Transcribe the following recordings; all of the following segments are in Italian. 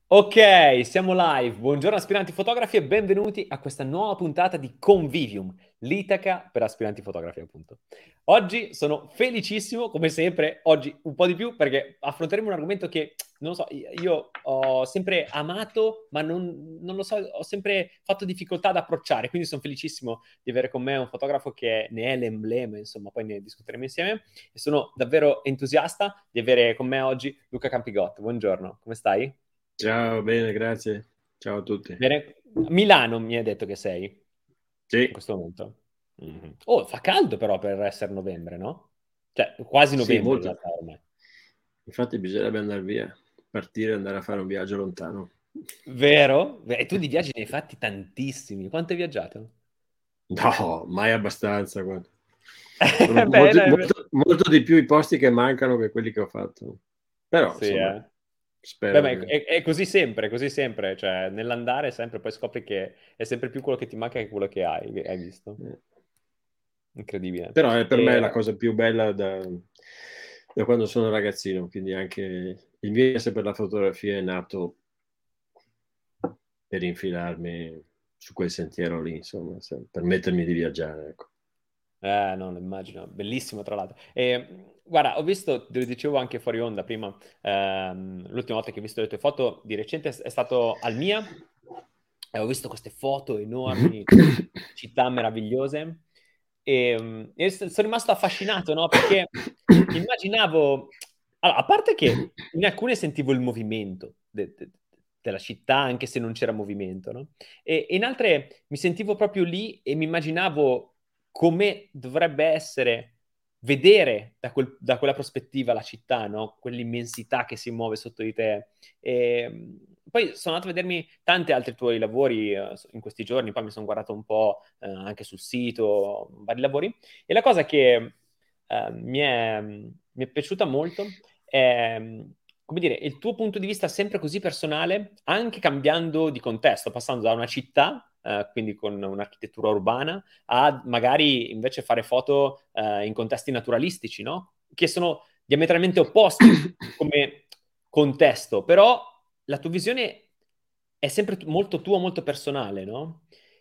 Ok, siamo live. Buongiorno aspiranti fotografi e benvenuti a questa nuova puntata di Convivium, l'Itaca per aspiranti fotografi, appunto. Oggi sono felicissimo, come sempre, oggi un po' di più perché affronteremo un argomento che, non lo so, io ho sempre amato, ma non lo so, ho sempre fatto difficoltà ad approcciare, quindi sono felicissimo di avere con me un fotografo che ne è l'emblema, insomma, poi ne discuteremo insieme e sono davvero entusiasta di avere con me oggi Luca Campigotto. Buongiorno, come stai? Ciao, bene, grazie. Ciao a tutti. Bene. Milano mi hai detto che sei in Sì, questo momento. Mhm. Oh, fa caldo però per essere novembre, no? Cioè, quasi sì, novembre in molto. realtà ormai. Infatti bisognerebbe andare via, partire e andare a fare un viaggio lontano. Vero? E tu di viaggi ne hai fatti tantissimi. Quanto hai viaggiato? No, mai abbastanza. Guarda. Sono Beh, no, molto di più i posti che mancano che quelli che ho fatto. Però, sì, insomma, eh. Beh, spero ma che... è così sempre, cioè nell'andare sempre poi scopri che è sempre più quello che ti manca che quello che hai visto. eh. Incredibile. Però è per me la E, cosa più bella da quando sono ragazzino, quindi anche il mio interesse per la fotografia è nato per infilarmi su quel sentiero lì, insomma, permettermi di viaggiare, ecco. No, lo immagino, bellissimo tra l'altro. E, guarda, ho visto, te lo dicevo anche fuori onda prima, l'ultima volta che ho visto le tue foto di recente è stato al Mia, e ho visto queste foto enormi, città meravigliose, sono rimasto affascinato, no? Perché immaginavo, allora, a parte che in alcune sentivo il movimento della città, anche se non c'era movimento, no? E in altre mi sentivo proprio lì e mi immaginavo come dovrebbe essere vedere da quella prospettiva la città, no? Quell'immensità che si muove sotto di te. Poi sono andato a vedermi tanti altri tuoi lavori in questi giorni, poi mi sono guardato un po' anche sul sito, vari lavori, e la cosa che mi è piaciuta molto è, come dire, il tuo punto di vista sempre così personale, anche cambiando di contesto, passando da una città, quindi con un'architettura urbana, a magari invece fare foto in contesti naturalistici, no? Che sono diametralmente opposti come contesto, però la tua visione è sempre molto tua, molto personale, no?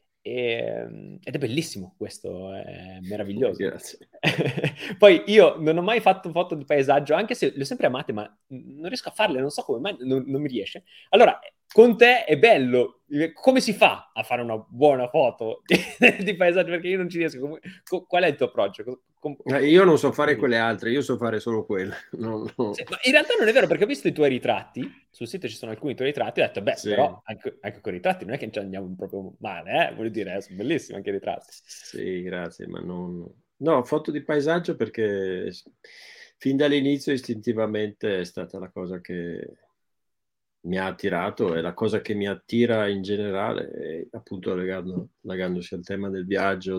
Ed è bellissimo questo, è meraviglioso. Grazie. Poi io non ho mai fatto foto di paesaggio, anche se le ho sempre amate, ma non riesco a farle, non so come mai, non mi riesce. Allora, con te è bello. Come si fa a fare una buona foto di paesaggio? Perché io non ci riesco. Qual è il tuo approccio? Io non so fare Dimmi. quelle altre, io so fare solo quelle. Sì, ma in realtà non è vero perché ho visto i tuoi ritratti, sul sito ci sono alcuni tuoi ritratti, e ho detto, beh, Sì, però anche con i ritratti non è che ci andiamo proprio male, voglio dire, sono bellissimi anche i ritratti. sì, grazie, ma non... No, foto di paesaggio perché fin dall'inizio istintivamente è stata la cosa che mi ha attirato e la cosa che mi attira in generale, appunto legandosi al tema del viaggio,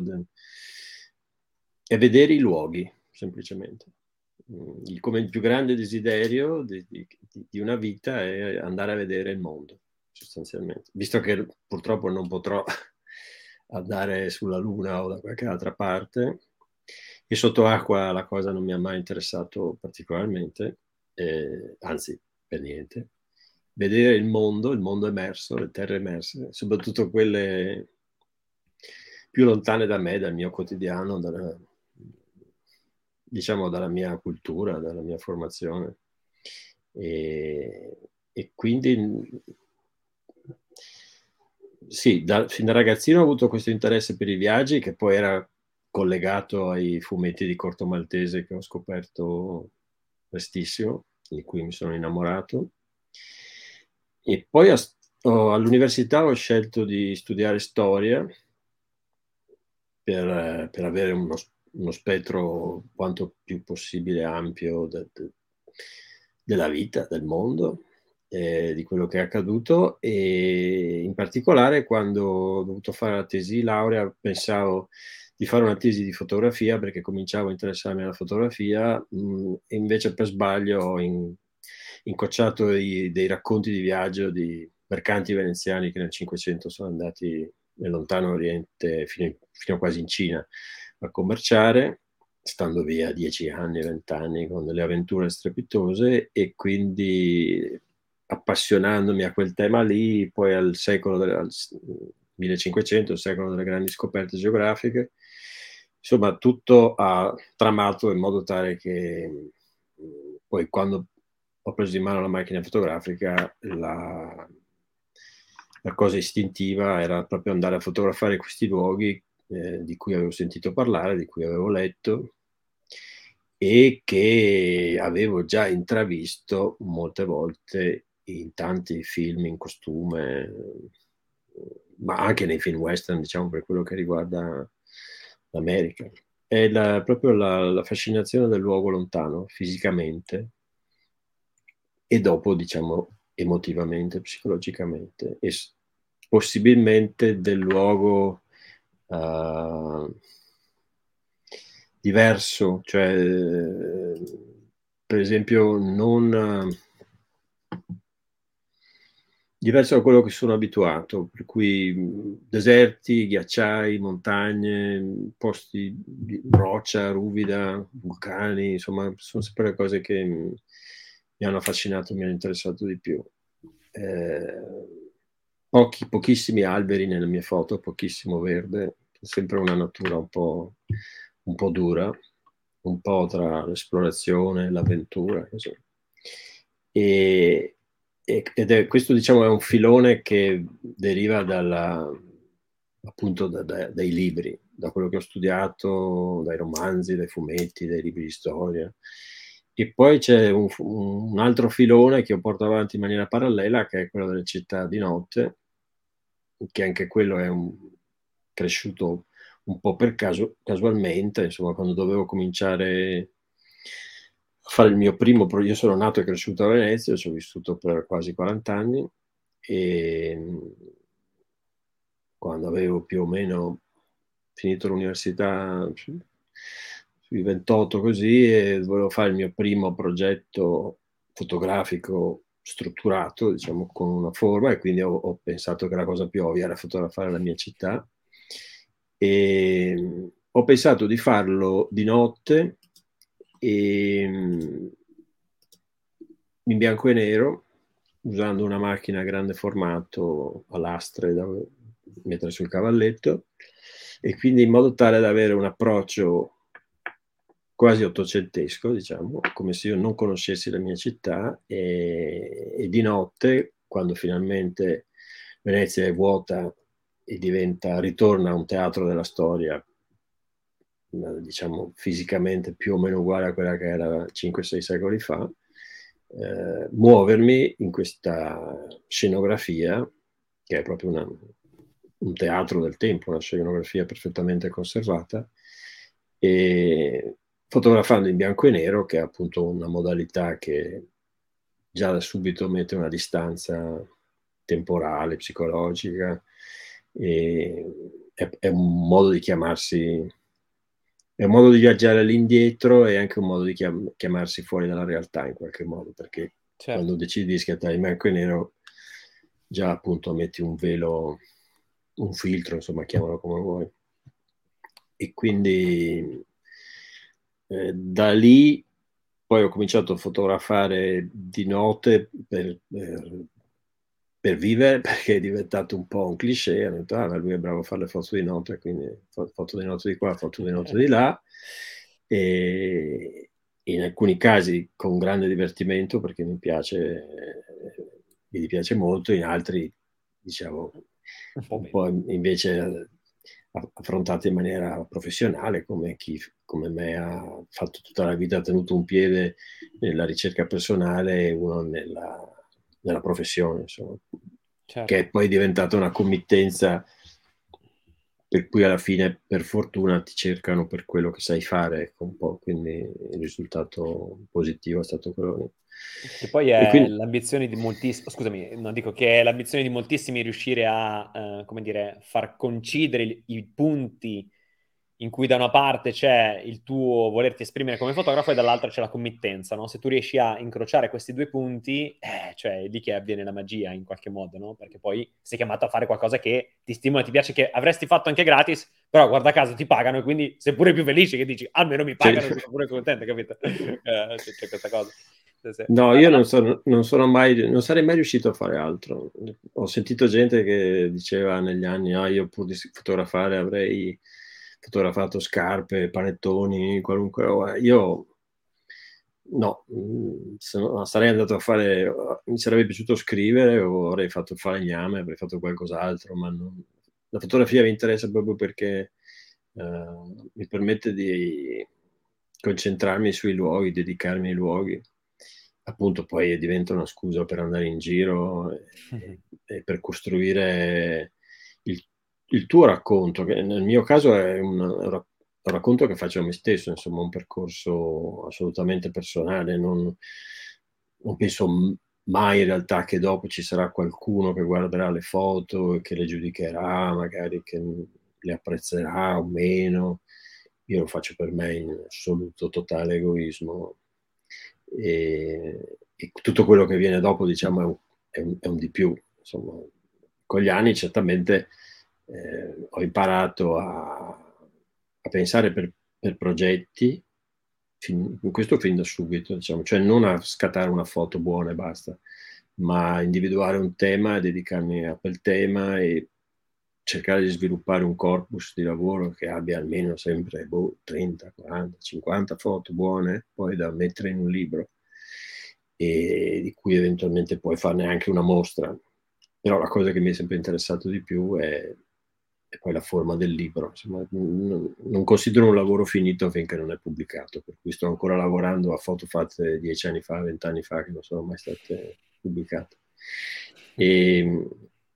è vedere i luoghi, semplicemente. Come il più grande desiderio di una vita è andare a vedere il mondo, sostanzialmente. Visto che purtroppo non potrò andare sulla Luna o da qualche altra parte, e sotto acqua la cosa non mi ha mai interessato particolarmente, anzi, per niente. Vedere il mondo emerso, le terre emerse, soprattutto quelle più lontane da me, dal mio quotidiano, diciamo dalla mia cultura, dalla mia formazione. E quindi sì, fin da ragazzino ho avuto questo interesse per i viaggi che poi era collegato ai fumetti di Corto Maltese che ho scoperto prestissimo, di cui mi sono innamorato. E poi all'università ho scelto di studiare storia per avere uno spettro quanto più possibile ampio della vita, del mondo, di quello che è accaduto e in particolare quando ho dovuto fare la tesi di laurea pensavo di fare una tesi di fotografia perché cominciavo a interessarmi alla fotografia, e invece per sbaglio ho incrociato dei racconti di viaggio di mercanti veneziani che nel Cinquecento sono andati nel lontano Oriente fino quasi in Cina a commerciare, stando via 10 anni, 20 anni con delle avventure strepitose e quindi appassionandomi a quel tema lì, poi al 1500, il secolo delle grandi scoperte geografiche. Insomma, tutto ha tramato in modo tale che poi quando ho preso in mano la macchina fotografica, la cosa istintiva era proprio andare a fotografare questi luoghi di cui avevo sentito parlare, di cui avevo letto e che avevo già intravisto molte volte in tanti film in costume, ma anche nei film western, diciamo, per quello che riguarda l'America. È proprio la fascinazione del luogo lontano, fisicamente, e dopo, diciamo, emotivamente, psicologicamente, e possibilmente del luogo diverso, cioè per esempio non diverso da quello che sono abituato, per cui deserti, ghiacciai, montagne, posti di roccia, ruvida, vulcani, insomma, sono sempre le cose che mi hanno affascinato, mi hanno interessato di più. Pochissimi alberi nelle mie foto, pochissimo verde, sempre una natura un po' dura, un po' tra l'esplorazione e l'avventura, così. Questo, diciamo, è un filone che deriva appunto dai libri, da quello che ho studiato, dai romanzi, dai fumetti, dai libri di storia. E poi c'è un altro filone che io porto avanti in maniera parallela, che è quello delle città di notte, che anche quello è cresciuto un po' per casualmente, insomma, quando dovevo cominciare a fare il mio primo progetto. Io sono nato e cresciuto a Venezia, ci ho vissuto per quasi 40 anni e quando avevo più o meno finito l'università, sui 28 così, e volevo fare il mio primo progetto fotografico strutturato, diciamo, con una forma, e quindi ho pensato che la cosa più ovvia era fotografare la mia città. E ho pensato di farlo di notte e in bianco e nero, usando una macchina a grande formato a lastre da mettere sul cavalletto, e quindi in modo tale da avere un approccio quasi ottocentesco, diciamo, come se io non conoscessi la mia città, e di notte, quando finalmente Venezia è vuota e ritorna a un teatro della storia, diciamo fisicamente più o meno uguale a quella che era 5-6 secoli fa, muovermi in questa scenografia, che è proprio un teatro del tempo, una scenografia perfettamente conservata, e fotografando in bianco e nero, che è appunto una modalità che già da subito mette una distanza temporale, psicologica, e è un modo di chiamarsi, è un modo di viaggiare all'indietro, e anche un modo di chiamarsi fuori dalla realtà in qualche modo, perché quando decidi di scattare in bianco e nero già appunto metti un velo, un filtro, insomma, chiamalo come vuoi. E quindi da lì poi ho cominciato a fotografare di notte per vivere, perché è diventato un po' un cliché. Ho detto, lui è bravo a fare le foto di notte, quindi foto di notte di qua, foto di notte di là, e in alcuni casi con grande divertimento, perché mi piace molto, in altri, diciamo, un po' invece affrontate in maniera professionale, come chi come me ha fatto tutta la vita, ha tenuto un piede nella ricerca personale e uno nella professione, insomma, che è poi diventata una committenza per cui alla fine, per fortuna, ti cercano per quello che sai fare, ecco, un po', quindi il risultato positivo è stato quello. Che poi è l'ambizione di moltissimi, scusami, non dico che è l'ambizione di moltissimi riuscire a, come dire, far coincidere i punti in cui da una parte c'è il tuo volerti esprimere come fotografo e dall'altra c'è la committenza, no? Se tu riesci a incrociare questi due punti, cioè è lì che avviene la magia in qualche modo, no? Perché poi sei chiamato a fare qualcosa che ti stimola, ti piace, che avresti fatto anche gratis, però guarda caso ti pagano, e quindi sei pure più felice, che dici almeno mi pagano, sono pure contento, capito? C'è questa cosa. No, io non sono mai, non sarei mai riuscito a fare altro. Ho sentito gente che diceva negli anni, io pur di fotografare avrei fotografato scarpe, panettoni, qualunque roba. Io no, se no, sarei andato a fare, mi sarebbe piaciuto scrivere o avrei fatto il falegname, avrei fatto qualcos'altro, ma la fotografia mi interessa proprio perché mi permette di concentrarmi sui luoghi, dedicarmi ai luoghi. Appunto, poi diventa una scusa per andare in giro e per costruire il, il tuo racconto, che nel mio caso è un racconto che faccio a me stesso, insomma, un percorso assolutamente personale. Non penso mai in realtà che dopo ci sarà qualcuno che guarderà le foto e che le giudicherà, magari che le apprezzerà o meno. Io lo faccio per me in assoluto totale egoismo e tutto quello che viene dopo, diciamo, è un di più. Insomma, con gli anni certamente ho imparato a pensare per progetti, questo fin da subito, diciamo, cioè non a scattare una foto buona e basta, ma a individuare un tema, dedicarmi a quel tema e cercare di sviluppare un corpus di lavoro che abbia almeno sempre 30, 40, 50 foto buone, poi da mettere in un libro e di cui eventualmente puoi farne anche una mostra. Però la cosa che mi è sempre interessato di più è poi la forma del libro. Insomma, non considero un lavoro finito finché non è pubblicato, per cui sto ancora lavorando a foto fatte 10 anni fa, 20 anni fa, che non sono mai state pubblicate. E,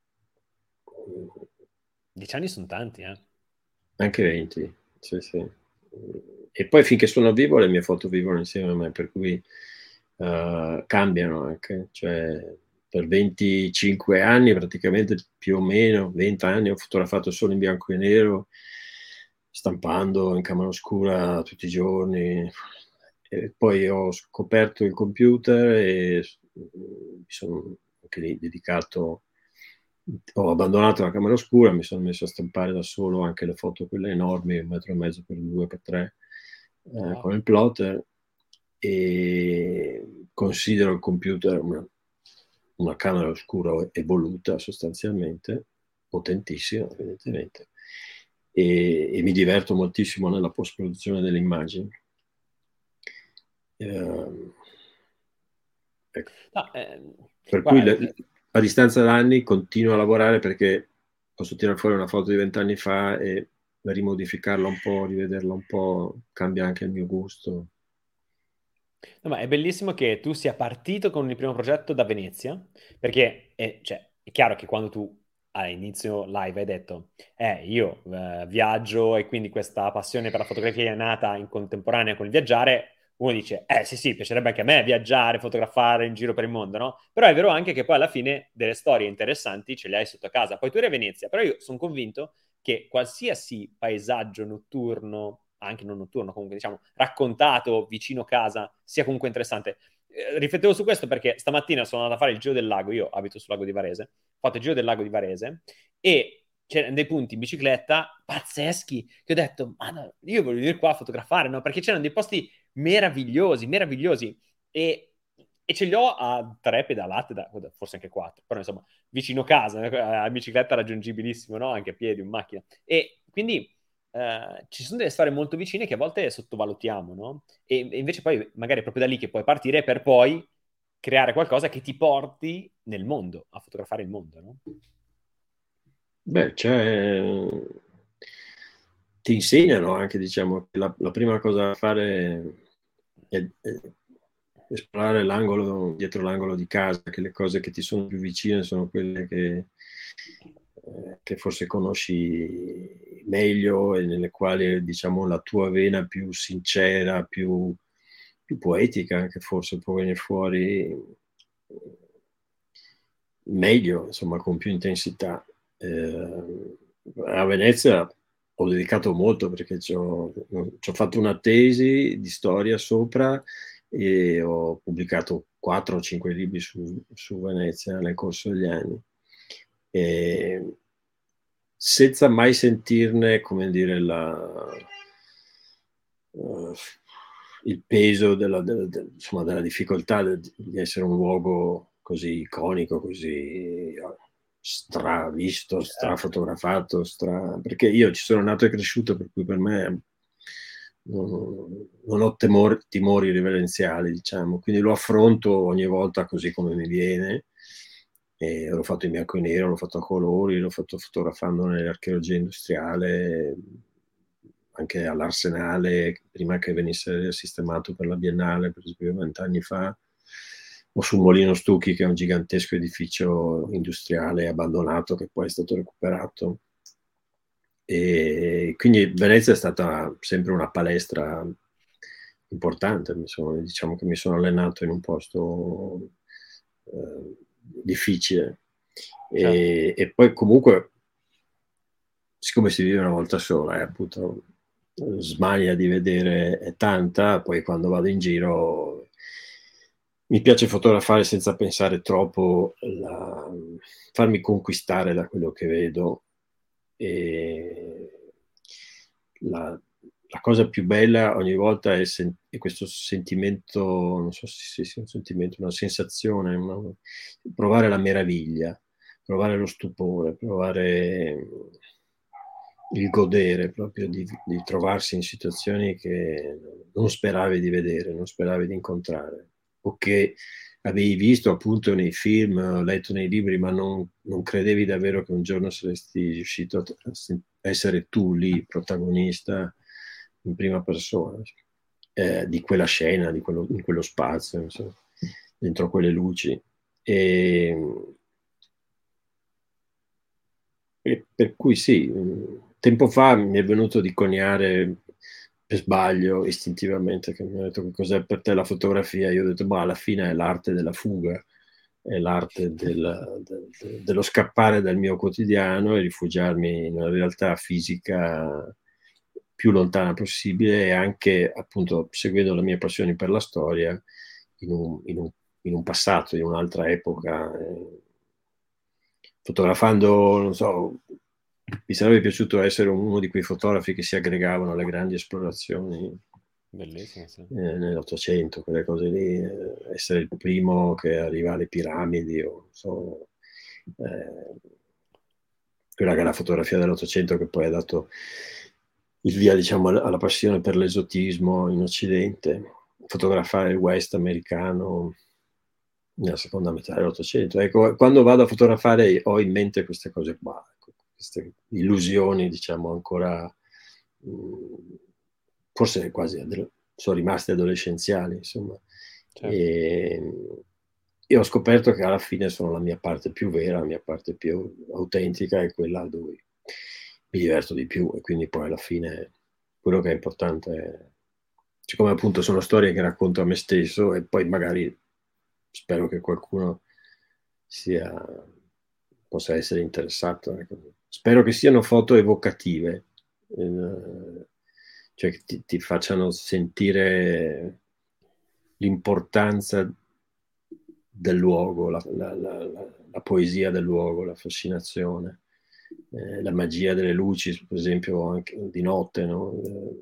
10 anni sono tanti, anche 20, sì, sì. E poi finché sono vivo le mie foto vivono insieme a me, per cui cambiano anche. Cioè, per 25 anni, praticamente più o meno, 20 anni, ho fotografato solo in bianco e nero, stampando in camera oscura tutti i giorni. E poi ho scoperto il computer e mi sono anche lì dedicato, ho abbandonato la camera oscura, mi sono messo a stampare da solo anche le foto, quelle enormi, 1,5 metri per 2 per 3, Wow. con il plotter, e considero il computer una camera oscura evoluta sostanzialmente, potentissima evidentemente, e mi diverto moltissimo nella post-produzione delle immagini. Ecco. No, Per cui guarda, a distanza d'anni continuo a lavorare perché posso tirare fuori una foto di 20 anni fa e rimodificarla un po', rivederla un po', cambia anche il mio gusto. no, ma è bellissimo che tu sia partito con il primo progetto da Venezia, perché cioè, è chiaro che quando tu all'inizio live hai detto, io viaggio e quindi questa passione per la fotografia è nata in contemporanea con il viaggiare, uno dice, sì, sì, piacerebbe anche a me viaggiare, fotografare in giro per il mondo, no? Però è vero anche che poi alla fine delle storie interessanti ce le hai sotto casa. Poi tu eri a Venezia, però io sono convinto che qualsiasi paesaggio notturno, anche non notturno, comunque diciamo raccontato vicino casa, sia comunque interessante. Riflettevo su questo perché stamattina sono andato a fare il giro del lago, io abito sul lago di Varese, ho fatto il giro del lago di Varese e c'erano dei punti in bicicletta pazzeschi che ho detto, ma no, io voglio venire qua a fotografare, no? Perché c'erano dei posti meravigliosi, meravigliosi e ce li ho a 3 pedalate, forse anche 4, però insomma vicino casa, a bicicletta raggiungibilissimo, no? Anche a piedi, in macchina. E quindi ci sono delle storie molto vicine che a volte sottovalutiamo, no? E invece poi magari è proprio da lì che puoi partire per poi creare qualcosa che ti porti nel mondo, a fotografare il mondo, no? Beh, ti insegnano anche, diciamo, che la prima cosa da fare è esplorare l'angolo, dietro l'angolo di casa, che le cose che ti sono più vicine sono quelle che forse conosci meglio e nelle quali, diciamo, la tua vena più sincera, più poetica, anche forse può venire fuori meglio, insomma, con più intensità. A Venezia ho dedicato molto perché ci ho fatto una tesi di storia sopra e ho pubblicato 4 o 5 libri su Venezia nel corso degli anni. E senza mai sentirne, come dire, il peso insomma, della difficoltà di essere un luogo così iconico, così stravisto, Certo. strafotografato, perché io ci sono nato e cresciuto, per cui per me non ho timori reverenziali, diciamo, quindi lo affronto ogni volta così come mi viene. E l'ho fatto in bianco e nero, l'ho fatto a colori, l'ho fatto fotografando nell'archeologia industriale, anche all'Arsenale, prima che venisse sistemato per la Biennale, per esempio 20 anni fa, o sul Molino Stucchi, che è un gigantesco edificio industriale abbandonato che poi è stato recuperato. E quindi Venezia è stata sempre una palestra importante, diciamo che mi sono allenato in un posto difficile. Certo. E poi comunque, siccome si vive una volta sola, appunto, smania di vedere è tanta, poi quando vado in giro mi piace fotografare senza pensare troppo, farmi conquistare da quello che vedo. E la cosa più bella ogni volta è questo sentimento, non so se sia un sentimento, una sensazione, provare la meraviglia, provare lo stupore, provare il godere proprio di trovarsi in situazioni che non speravi di vedere, non speravi di incontrare, o che avevi visto appunto nei film, letto nei libri, ma non credevi davvero che un giorno saresti riuscito a essere tu lì, protagonista in prima persona, di quella scena, in quello spazio, insomma, dentro quelle luci. E per cui sì, tempo fa mi è venuto di coniare per sbaglio, istintivamente, che mi ha detto che cos'è per te la fotografia. Io ho detto, ma alla fine è l'arte della fuga, è l'arte dello scappare dal mio quotidiano e rifugiarmi in una realtà fisica più lontana possibile, e anche appunto seguendo le mie passioni per la storia in un passato, in un'altra epoca. Fotografando, non so, mi sarebbe piaciuto essere uno di quei fotografi che si aggregavano alle grandi esplorazioni Bellissimo, sì. nell'Ottocento, quelle cose lì, essere il primo che arriva alle piramidi, o non so, quella che è la fotografia dell'Ottocento che poi ha dato il via, diciamo, alla passione per l'esotismo in Occidente, fotografare il West americano nella seconda metà dell'Ottocento. Ecco, quando vado a fotografare ho in mente queste cose qua, ecco, queste illusioni, diciamo, ancora forse quasi sono rimaste adolescenziali, insomma. Certo. E, e ho scoperto che alla fine sono la mia parte più vera, la mia parte più autentica, è quella dove mi diverto di più, e quindi poi alla fine quello che è importante è, siccome appunto sono storie che racconto a me stesso, e poi magari spero che qualcuno possa essere interessato. Ecco. Spero che siano foto evocative, cioè che ti facciano sentire l'importanza del luogo, la poesia del luogo, la fascinazione, la magia delle luci, per esempio, anche di notte, no?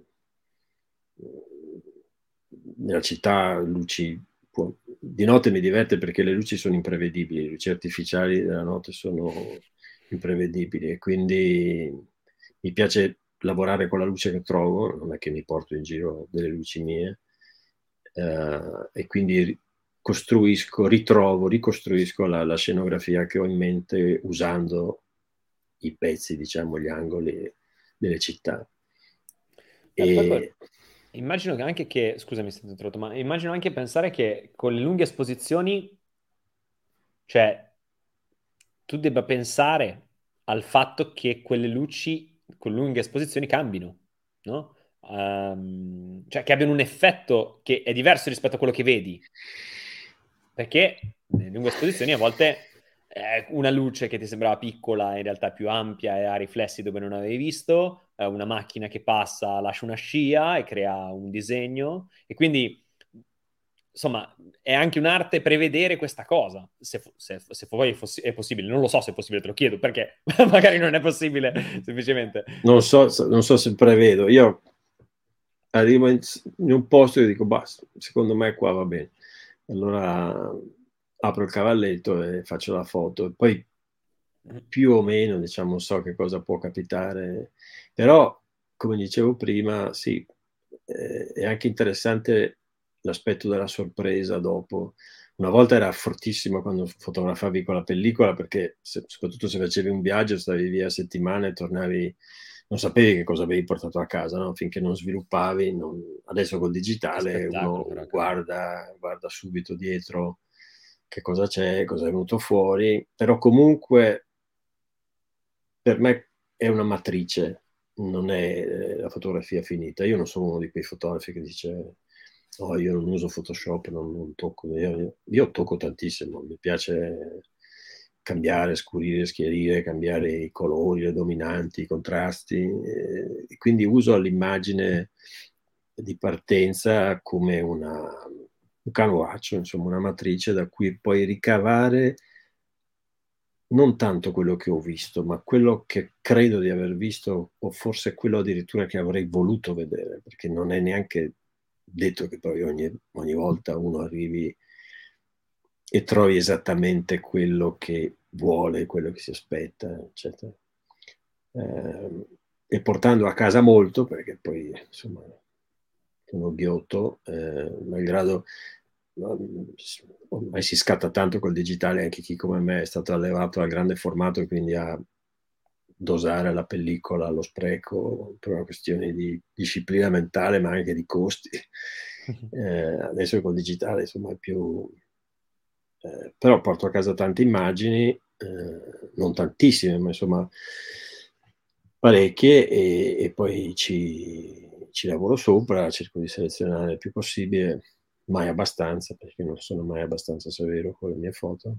Nella città luci, di notte mi diverte perché le luci sono imprevedibili, le luci artificiali della notte sono imprevedibili, e quindi mi piace lavorare con la luce che trovo, non è che mi porto in giro delle luci mie, e quindi ricostruisco la scenografia che ho in mente usando i pezzi, diciamo, gli angoli delle città. Poi E immagino che anche che, scusami se ti ho interrotto, ma immagino anche pensare che con le lunghe esposizioni, cioè, tu debba pensare al fatto che quelle luci con lunghe esposizioni cambino, no? Cioè, che abbiano un effetto che è diverso rispetto a quello che vedi. Perché nelle lunghe esposizioni a volte una luce che ti sembrava piccola in realtà è più ampia e ha riflessi dove non avevi visto, una macchina che passa lascia una scia e crea un disegno, e quindi insomma è anche un'arte prevedere questa cosa, se poi è possibile, non lo so se è possibile, te lo chiedo perché magari non è possibile semplicemente. non so se prevedo, io arrivo in un posto e dico, basta, secondo me qua va bene. Allora apro il cavalletto e faccio la foto. E poi più o meno, diciamo, so che cosa può capitare. Però, come dicevo prima, sì, è anche interessante l'aspetto della sorpresa dopo. Una volta era fortissimo quando fotografavi con la pellicola, perché soprattutto se facevi un viaggio, stavi via settimane e tornavi, non sapevi che cosa avevi portato a casa, no? Finché non sviluppavi. Adesso col Che digitale spettacolo uno però, cavolo. guarda subito dietro che cosa c'è, cosa è venuto fuori, però comunque per me è una matrice, non è la fotografia finita. Io non sono uno di quei fotografi che dice oh, io non uso Photoshop, non tocco. Io tocco tantissimo, mi piace cambiare, scurire, schiarire, cambiare i colori, le dominanti, i contrasti, e quindi uso l'immagine di partenza come un canovaccio, insomma, una matrice da cui poi ricavare non tanto quello che ho visto, ma quello che credo di aver visto, o forse quello addirittura che avrei voluto vedere, perché non è neanche detto che poi ogni volta uno arrivi e trovi esattamente quello che vuole, quello che si aspetta, eccetera. E portando a casa molto, perché poi insomma sono ghiotto, malgrado ormai si scatta tanto col digitale, anche chi come me è stato allevato al grande formato e quindi a dosare la pellicola allo spreco per una questione di disciplina mentale, ma anche di costi. Adesso col digitale insomma è più... però porto a casa tante immagini, non tantissime, ma insomma parecchie, e poi ci lavoro sopra, cerco di selezionare il più possibile, mai abbastanza, perché non sono mai abbastanza severo con le mie foto.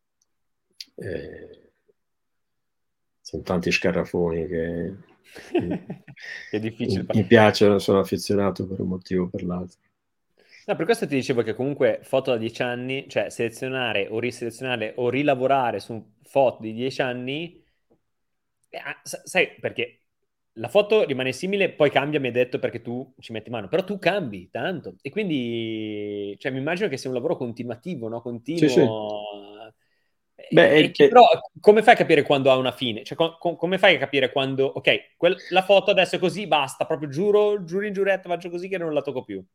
Eh, sono tanti scarafoni che È difficile. mi piacciono, sono affezionato per un motivo o per l'altro. No, per questo ti dicevo che comunque foto da 10 anni, cioè selezionare o riselezionare o rilavorare su foto di 10 anni, sai perché la foto rimane simile, poi cambia, mi hai detto, perché tu ci metti mano, però tu cambi tanto e quindi cioè, mi immagino che sia un lavoro continuativo, no? Sì, sì. Continuo. Beh, E che però come fai a capire quando ha una fine? Cioè, come fai a capire quando, ok, la foto adesso è così, basta, proprio giuro, giuro in giuretta, faccio così che non la tocco più.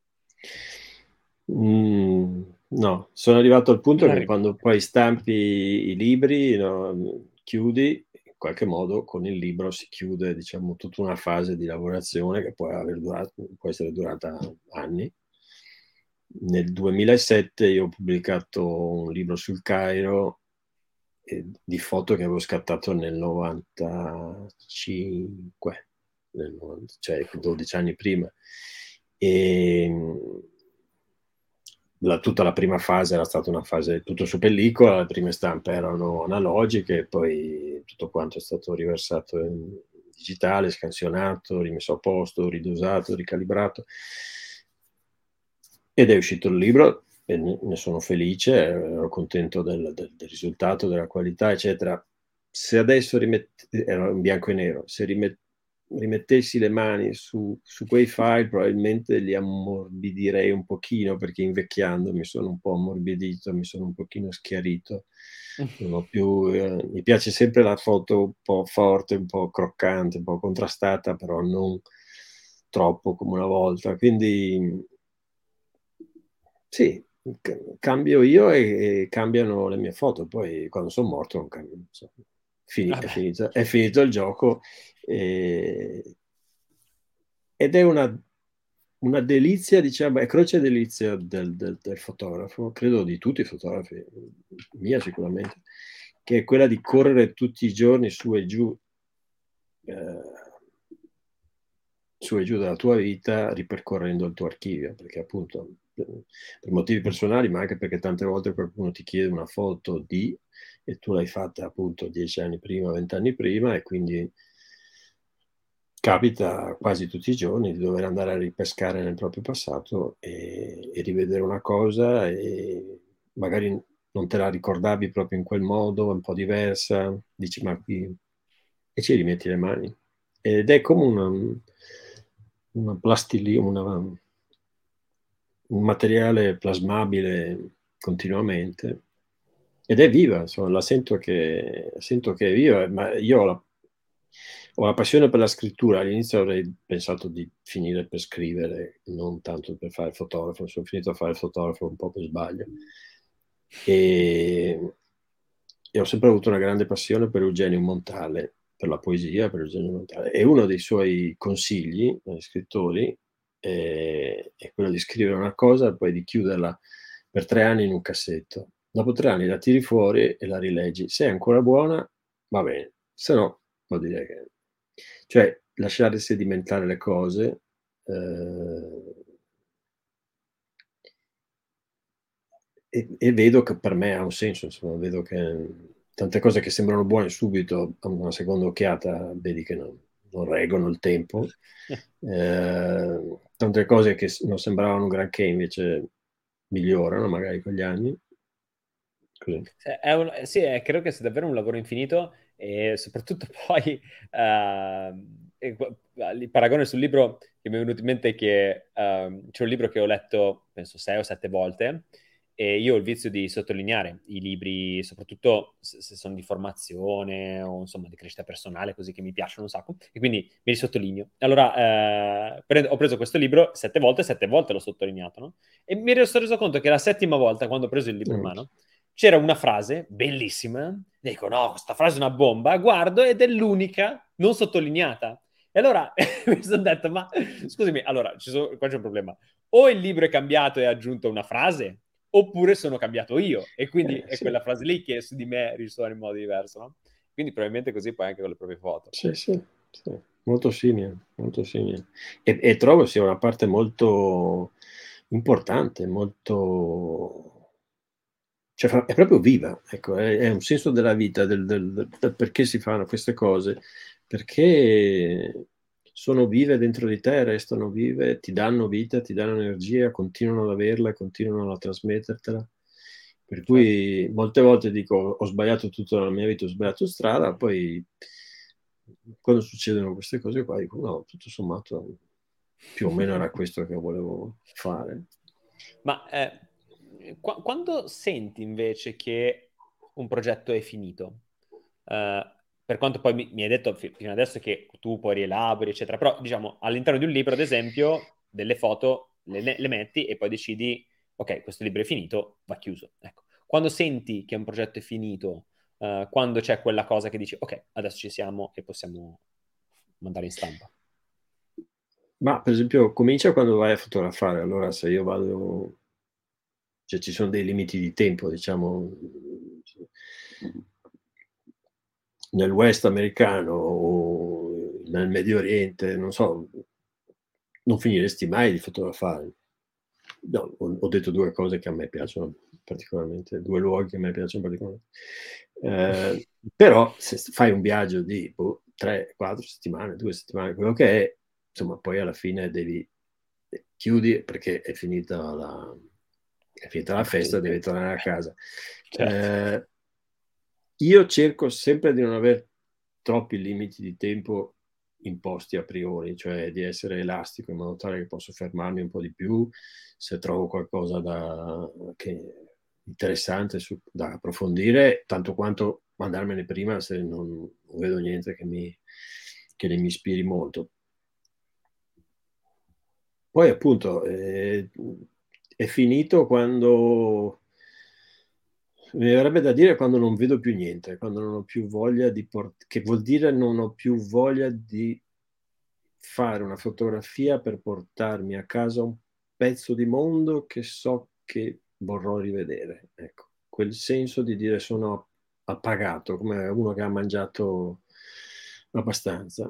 no, sono arrivato al punto Non che arrivi. quando poi stampi i libri, no, chiudi, in qualche modo con il libro si chiude, diciamo, tutta una fase di lavorazione che può essere durata anni. Nel 2007 io ho pubblicato un libro sul Cairo, di foto che avevo scattato nel 95, cioè 12 anni prima. E tutta la prima fase era stata una fase tutto su pellicola, le prime stampe erano analogiche, poi tutto quanto è stato riversato in digitale, scansionato, rimesso a posto, ridosato, ricalibrato. Ed è uscito il libro e ne sono felice, ero contento del risultato, della qualità, eccetera. Se adesso era in bianco e nero, se rimettessi le mani su quei file, probabilmente li ammorbidirei un pochino, perché invecchiando mi sono un po' ammorbidito, mi sono un pochino schiarito. Non ho più, mi piace sempre la foto un po' forte, un po' croccante, un po' contrastata, però non troppo come una volta. Quindi sì, cambio io e cambiano le mie foto. Poi quando sono morto non cambio. Insomma. Vabbè. È finito il gioco, e- ed è una delizia, diciamo, è croce delizia del fotografo, credo di tutti i fotografi, mia sicuramente, che è quella di correre tutti i giorni eh, su e giù della tua vita ripercorrendo il tuo archivio, perché appunto per motivi personali, ma anche perché tante volte qualcuno ti chiede una foto e tu l'hai fatta appunto 10 anni prima, 20 anni prima, e quindi capita quasi tutti i giorni di dover andare a ripescare nel proprio passato e rivedere una cosa, e magari non te la ricordavi proprio in quel modo, un po' diversa, dici ma qui... e ci rimetti le mani. Ed è come un materiale plasmabile continuamente ed è viva, insomma, sento che è viva, ma io ho la passione per la scrittura. All'inizio avrei pensato di finire per scrivere, non tanto per fare il fotografo. Sono finito a fare il fotografo un po' per sbaglio. E, e ho sempre avuto una grande passione per Eugenio Montale, per la poesia, per Eugenio Montale. E uno dei suoi consigli agli scrittori è quello di scrivere una cosa e poi di chiuderla per 3 anni in un cassetto. Dopo 3 anni la tiri fuori e la rileggi. Se è ancora buona, va bene, se no vuol dire che... Cioè, lasciare sedimentare le cose e vedo che per me ha un senso, insomma, vedo che tante cose che sembrano buone subito, a una seconda occhiata, vedi che non reggono il tempo. Tante cose che non sembravano un granché invece migliorano magari con gli anni. Così. Sì, credo che sia davvero un lavoro infinito e soprattutto poi il paragone sul libro che mi è venuto in mente è che c'è un libro che ho letto, penso 6 o 7 volte, e io ho il vizio di sottolineare i libri, soprattutto se sono di formazione o insomma di crescita personale, così che mi piacciono un sacco, e quindi me li sottolineo. Allora, ho preso questo libro 7 volte, 7 volte l'ho sottolineato, no? E mi sono reso conto che la settima volta, quando ho preso il libro in mano, c'era una frase bellissima, dico no, questa frase è una bomba, guardo ed è l'unica non sottolineata. E allora mi sono detto, ma scusami, allora, qua c'è un problema. O il libro è cambiato e ha aggiunto una frase, oppure sono cambiato io. E quindi è Sì, quella frase lì che su di me risuona in modo diverso, no? Quindi probabilmente così poi anche con le proprie foto. sì, sì, sì. Molto simile, molto simile. E trovo sia una parte molto importante, molto... Cioè, è proprio viva, ecco, è un senso della vita, del perché si fanno queste cose, perché sono vive dentro di te, restano vive, ti danno vita, ti danno energia, continuano ad averla, continuano a trasmettertela. Per Certo. cui molte volte dico ho sbagliato tutta la mia vita, ho sbagliato strada, poi quando succedono queste cose qua dico no, tutto sommato più o meno era questo che volevo fare. Ma quando senti invece che un progetto è finito? Eh, per quanto poi mi hai detto fino adesso che tu poi rielabori, eccetera, però diciamo all'interno di un libro, ad esempio, delle foto le metti e poi decidi, ok, questo libro è finito, va chiuso. Ecco. Quando senti che un progetto è finito, quando c'è quella cosa che dici, ok, adesso ci siamo e possiamo mandare in stampa. Ma per esempio comincia quando vai a fotografare, allora se io vado, cioè ci sono dei limiti di tempo, diciamo, nel West americano o nel Medio Oriente, non so, non finiresti mai di fotografare. No, ho detto due cose che a me piacciono particolarmente, due luoghi che a me piacciono particolarmente. Però se fai un viaggio di 3-4 settimane, 2 settimane, quello che è, insomma, poi alla fine devi chiudi perché è finita la festa, devi tornare a casa. Certo. Io cerco sempre di non avere troppi limiti di tempo imposti a priori, cioè di essere elastico in modo tale che posso fermarmi un po' di più se trovo qualcosa interessante da approfondire, tanto quanto mandarmene prima se non vedo niente che mi ispiri molto. Poi appunto è finito quando mi verrebbe da dire quando non vedo più niente, quando non ho più voglia che vuol dire non ho più voglia di fare una fotografia per portarmi a casa un pezzo di mondo che so che vorrò rivedere. Ecco, quel senso di dire sono appagato, come uno che ha mangiato abbastanza.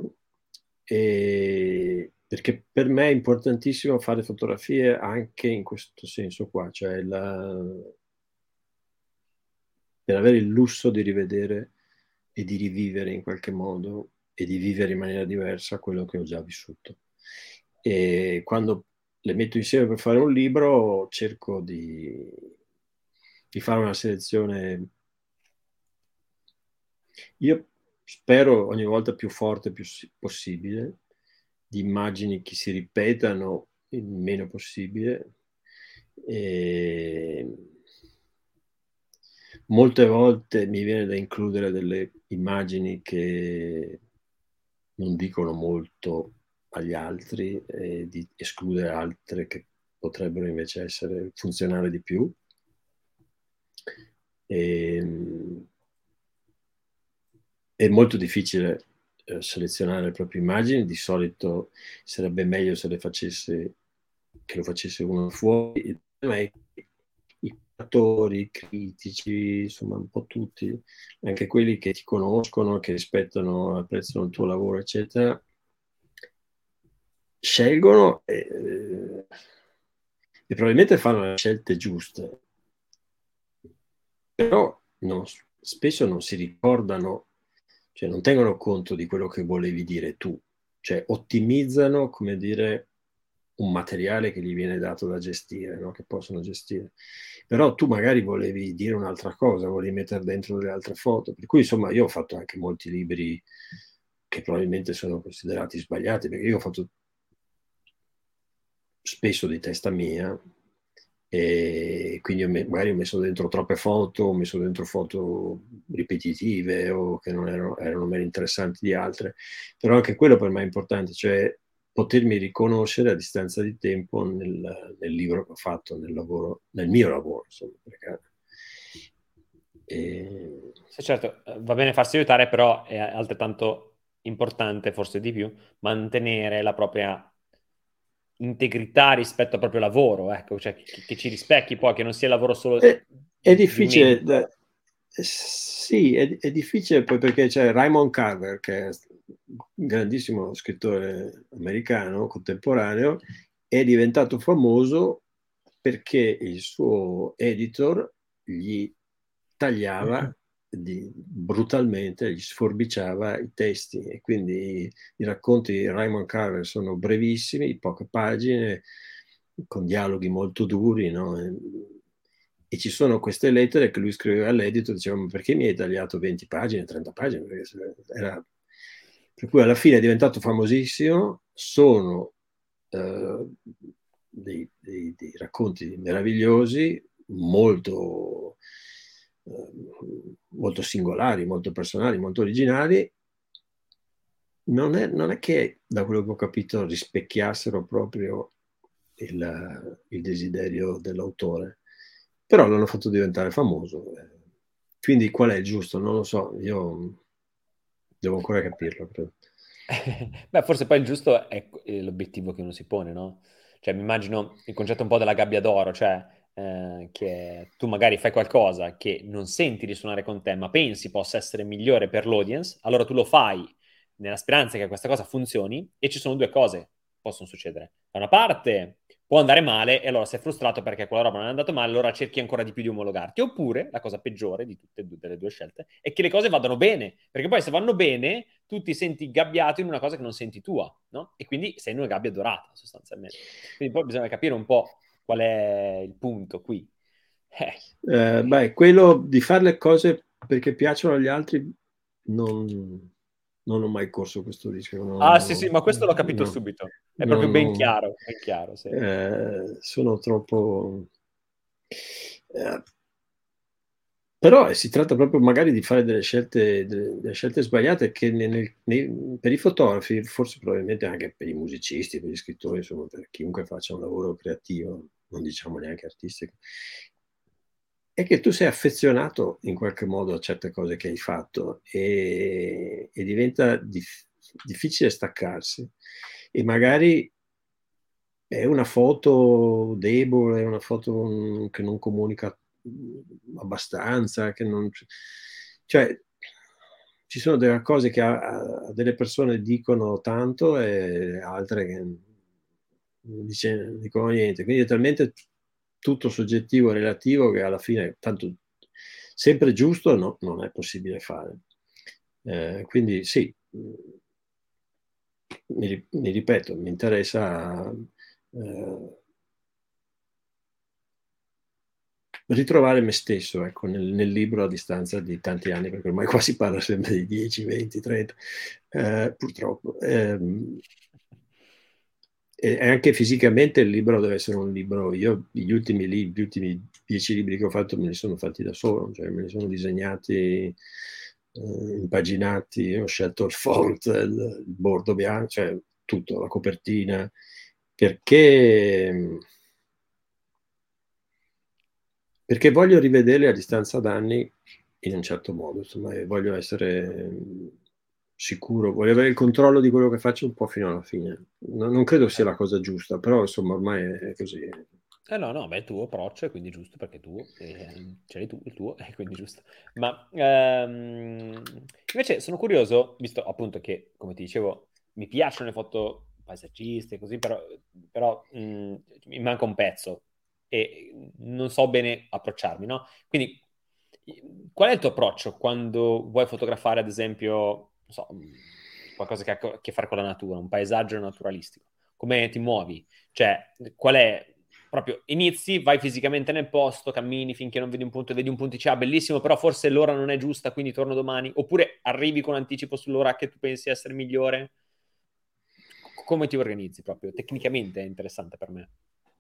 Perché per me è importantissimo fare fotografie anche in questo senso qua, cioè per avere il lusso di rivedere e di rivivere in qualche modo e di vivere in maniera diversa quello che ho già vissuto. E quando le metto insieme per fare un libro, cerco di fare una selezione, io spero ogni volta più forte possibile, di immagini che si ripetano il meno possibile. E molte volte mi viene da includere delle immagini che non dicono molto agli altri e di escludere altre che potrebbero invece essere funzionali di più. È molto difficile selezionare le proprie immagini, di solito sarebbe meglio se che lo facesse uno fuori. Il problema è che i attori, i critici, insomma un po' tutti, anche quelli che ti conoscono, che rispettano, apprezzano il tuo lavoro, eccetera, scelgono e probabilmente fanno le scelte giuste, però spesso non si ricordano, cioè non tengono conto di quello che volevi dire tu, cioè ottimizzano, come dire, un materiale che gli viene dato da gestire, no? Che possono gestire. Però tu magari volevi dire un'altra cosa, volevi mettere dentro delle altre foto, per cui insomma io ho fatto anche molti libri che probabilmente sono considerati sbagliati, perché io ho fatto spesso di testa mia, e quindi magari ho messo dentro troppe foto, ho messo dentro foto ripetitive o che non erano meno interessanti di altre, però anche quello per me è importante, cioè potermi riconoscere a distanza di tempo nel libro che ho fatto, nel mio lavoro, insomma, perché, Sì, certo, va bene farsi aiutare, però è altrettanto importante, forse di più, mantenere la propria integrità rispetto al proprio lavoro, ecco, cioè che ci rispecchi poi, che non sia lavoro solo è di un difficile, mezzo. sì, è difficile poi perché c'è Raymond Carver, che è un grandissimo scrittore americano contemporaneo, è diventato famoso perché il suo editor gli tagliava brutalmente, gli sforbiciava i testi e quindi i racconti di Raymond Carver sono brevissimi, poche pagine, con dialoghi molto duri, no? E ci sono queste lettere che lui scriveva all'editor, diceva: ma perché mi hai tagliato 20 pagine, 30 pagine? Per cui alla fine è diventato famosissimo, sono dei racconti meravigliosi, molto singolari, molto personali, molto originali. Non è che, da quello che ho capito, rispecchiassero proprio il desiderio dell'autore, però l'hanno fatto diventare famoso. Quindi qual è il giusto? Non lo so, io devo ancora capirlo, credo. Beh, forse poi il giusto è l'obiettivo che uno si pone, no? Cioè, mi immagino il concetto un po' della gabbia d'oro, cioè che tu magari fai qualcosa che non senti risuonare con te, ma pensi possa essere migliore per l'audience, allora tu lo fai nella speranza che questa cosa funzioni e ci sono due cose che possono succedere. Da una parte può andare male e allora sei frustrato perché quella roba non è andata male, allora cerchi ancora di più di omologarti. Oppure, la cosa peggiore di tutte e due, delle due scelte, è che le cose vadano bene, perché poi se vanno bene tu ti senti gabbiato in una cosa che non senti tua, no? E quindi sei in una gabbia dorata, sostanzialmente. Quindi poi bisogna capire un po' qual è il punto qui. Eh. Beh, quello di fare le cose perché piacciono agli altri, non ho mai corso questo rischio. Ah, sì, sì, ma questo l'ho capito No, subito. È proprio no, ben chiaro, sì. sono troppo. eh, Però si tratta proprio magari di fare delle scelte sbagliate che per i fotografi, forse probabilmente anche per i musicisti, per gli scrittori, insomma, per chiunque faccia un lavoro creativo, non diciamo neanche artistico, è che tu sei affezionato in qualche modo a certe cose che hai fatto e diventa difficile staccarsi. E magari è una foto debole, è una foto che non comunica abbastanza, che non. Cioè, ci sono delle cose che a delle persone dicono tanto e altre che non dicono niente. Quindi è talmente tutto soggettivo e relativo che alla fine, tanto sempre giusto no, non è possibile fare. Quindi sì, mi ripeto, mi interessa ritrovare me stesso, ecco, nel libro a distanza di tanti anni, perché ormai qua si parla sempre di 10, 20, 30, purtroppo. e anche fisicamente il libro deve essere un libro. Io gli ultimi 10 libri che ho fatto me li sono fatti da solo, cioè me li sono disegnati, impaginati, ho scelto il font, il bordo bianco, cioè tutto, la copertina, perché voglio rivederli a distanza d'anni in un certo modo, insomma, e voglio essere sicuro, voglio avere il controllo di quello che faccio un po' fino alla fine. Non credo sia la cosa giusta, però insomma ormai è così. No, no, beh, è il tuo approccio, e quindi giusto perché è tuo, ce l'hai tu, il tuo, e quindi giusto. Ma invece sono curioso, visto appunto che, come ti dicevo, mi piacciono le foto paesaggiste, così, però mi manca un pezzo e non so bene approcciarmi, no? Quindi, qual è il tuo approccio quando vuoi fotografare, ad esempio, non so, qualcosa che ha a che fare con la natura, un paesaggio naturalistico? Come ti muovi? Cioè, qual è proprio inizi, vai fisicamente nel posto, cammini finché non vedi un punto, vedi un punto e dici, ah, bellissimo, però forse l'ora non è giusta, quindi torno domani, oppure arrivi con anticipo sull'ora che tu pensi essere migliore. Come ti organizzi proprio? Tecnicamente è interessante per me.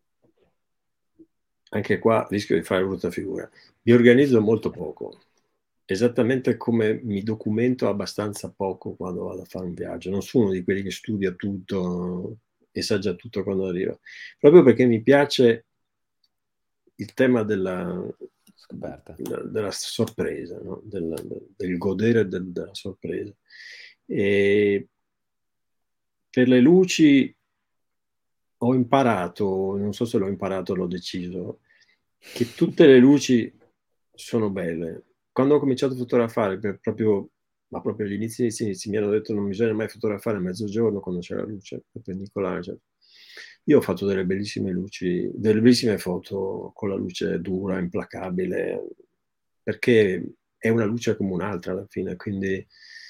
Anche qua rischio di fare brutta figura. Mi organizzo molto poco, esattamente come mi documento abbastanza poco quando vado a fare un viaggio. Non sono di quelli che studia tutto e sa già tutto quando arriva, proprio perché mi piace il tema Scoperta. della sorpresa, no? Del godere della sorpresa. E per le luci ho imparato, non so se l'ho imparato o l'ho deciso, che tutte le luci sono belle. Quando ho cominciato a fotografare, ma proprio all'inizio mi hanno detto non bisogna mai fotografare a mezzogiorno quando c'è la luce perpendicolare. Cioè. Io ho fatto delle bellissime luci, delle bellissime foto con la luce dura, implacabile, perché è una luce come un'altra alla fine, quindi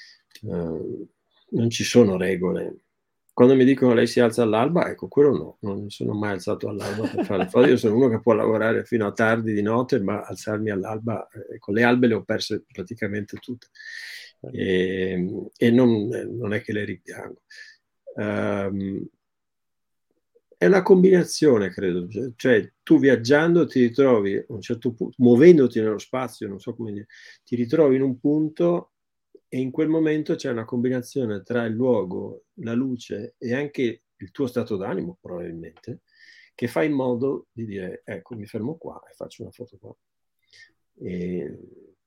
non ci sono regole. Quando mi dicono lei si alza all'alba, ecco, quello no, non mi sono mai alzato all'alba per fare le foto. Io sono uno che può lavorare fino a tardi di notte, ma alzarmi all'alba, con le albe le ho perse praticamente tutte. E non è che le rimpiango. Um, è una combinazione, credo. Cioè, tu viaggiando ti ritrovi a un certo punto, muovendoti nello spazio, non so come dire, ti ritrovi in un punto e in quel momento c'è una combinazione tra il luogo, la luce e anche il tuo stato d'animo, probabilmente, che fa in modo di dire, ecco, mi fermo qua e faccio una foto qua. E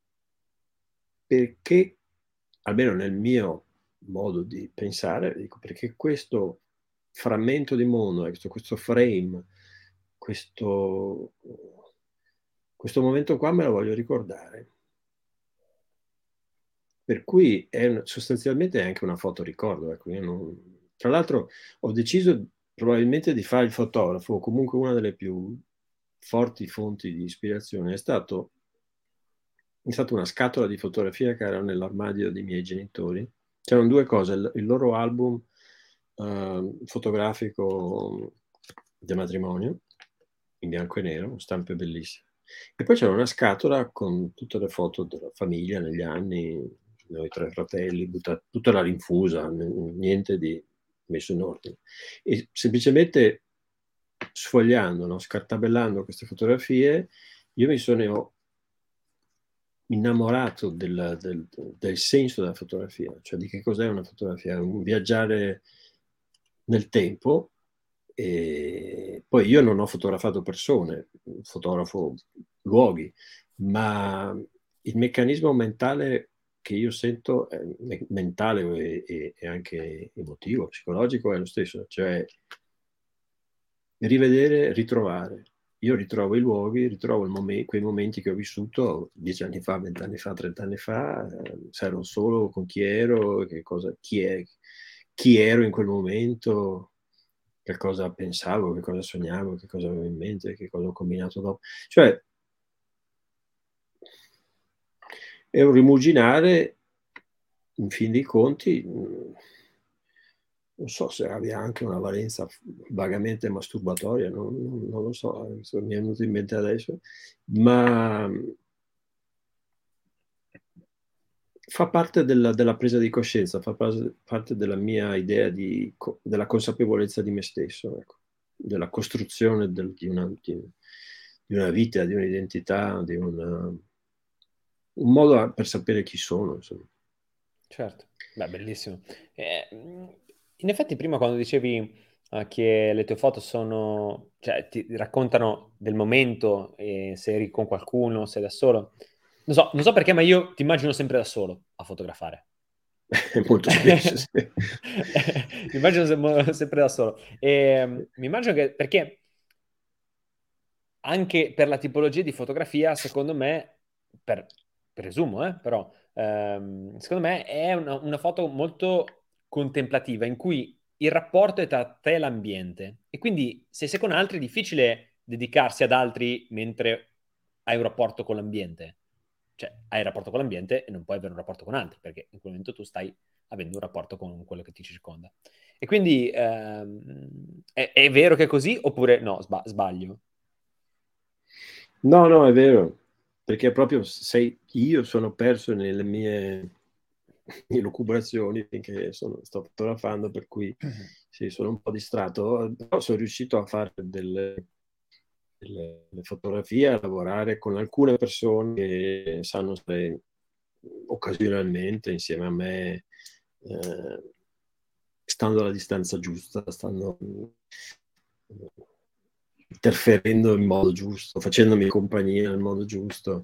perché, almeno nel mio modo di pensare, dico, perché questo frammento di mondo, questo frame, questo, questo momento qua me lo voglio ricordare. Per cui sostanzialmente è anche una fotoricordo. Ecco. Tra l'altro ho deciso probabilmente di fare il fotografo, o comunque una delle più forti fonti di ispirazione è stata una scatola di fotografia che era nell'armadio dei miei genitori. C'erano due cose, il loro album fotografico del matrimonio, in bianco e nero, stampe bellissime. E poi c'era una scatola con tutte le foto della famiglia negli anni, noi tre fratelli, tutta la rinfusa, niente di messo in ordine. E semplicemente sfogliando, no? Scartabellando queste fotografie, io mi sono innamorato del senso della fotografia, cioè di che cos'è una fotografia, un viaggiare nel tempo. E poi io non ho fotografato persone, fotografo luoghi, ma il meccanismo mentale che io sento, mentale e anche emotivo, psicologico, è lo stesso, cioè rivedere, ritrovare. Io ritrovo i luoghi, ritrovo quei momenti che ho vissuto 10 anni fa, 20 anni fa, 30 anni fa, se ero solo, con chi ero, chi ero in quel momento, che cosa pensavo, che cosa sognavo, che cosa avevo in mente, che cosa ho combinato dopo. Cioè, è un rimuginare, in fin dei conti, non so se abbia anche una valenza vagamente masturbatoria, non lo so, mi è venuto in mente adesso, ma fa parte della presa di coscienza, fa parte della mia idea della consapevolezza di me stesso, ecco, della costruzione di una vita, di un'identità, un modo per sapere chi sono, insomma. Certo, beh, bellissimo. In effetti, prima quando dicevi che le tue foto sono, cioè, ti raccontano del momento, se eri con qualcuno, se da solo, non so perché, ma io ti immagino sempre da solo a fotografare. Molto spesso, sì. Mi immagino sempre da solo. Mi immagino che, perché anche per la tipologia di fotografia, secondo me, presumo, però, secondo me è una foto molto contemplativa in cui il rapporto è tra te e l'ambiente. E quindi se sei con altri è difficile dedicarsi ad altri mentre hai un rapporto con l'ambiente. Cioè, hai un rapporto con l'ambiente e non puoi avere un rapporto con altri, perché in quel momento tu stai avendo un rapporto con quello che ti circonda. E quindi è vero che è così oppure no, sbaglio? No, no, è vero, perché proprio io sono perso nelle mie elucubrazioni finché sto fotografando, per cui sì, sono un po' distratto, però sono riuscito a fare delle fotografie, a lavorare con alcune persone che sanno stare occasionalmente insieme a me, stando alla distanza giusta, stando interferendo in modo giusto, facendomi compagnia nel modo giusto.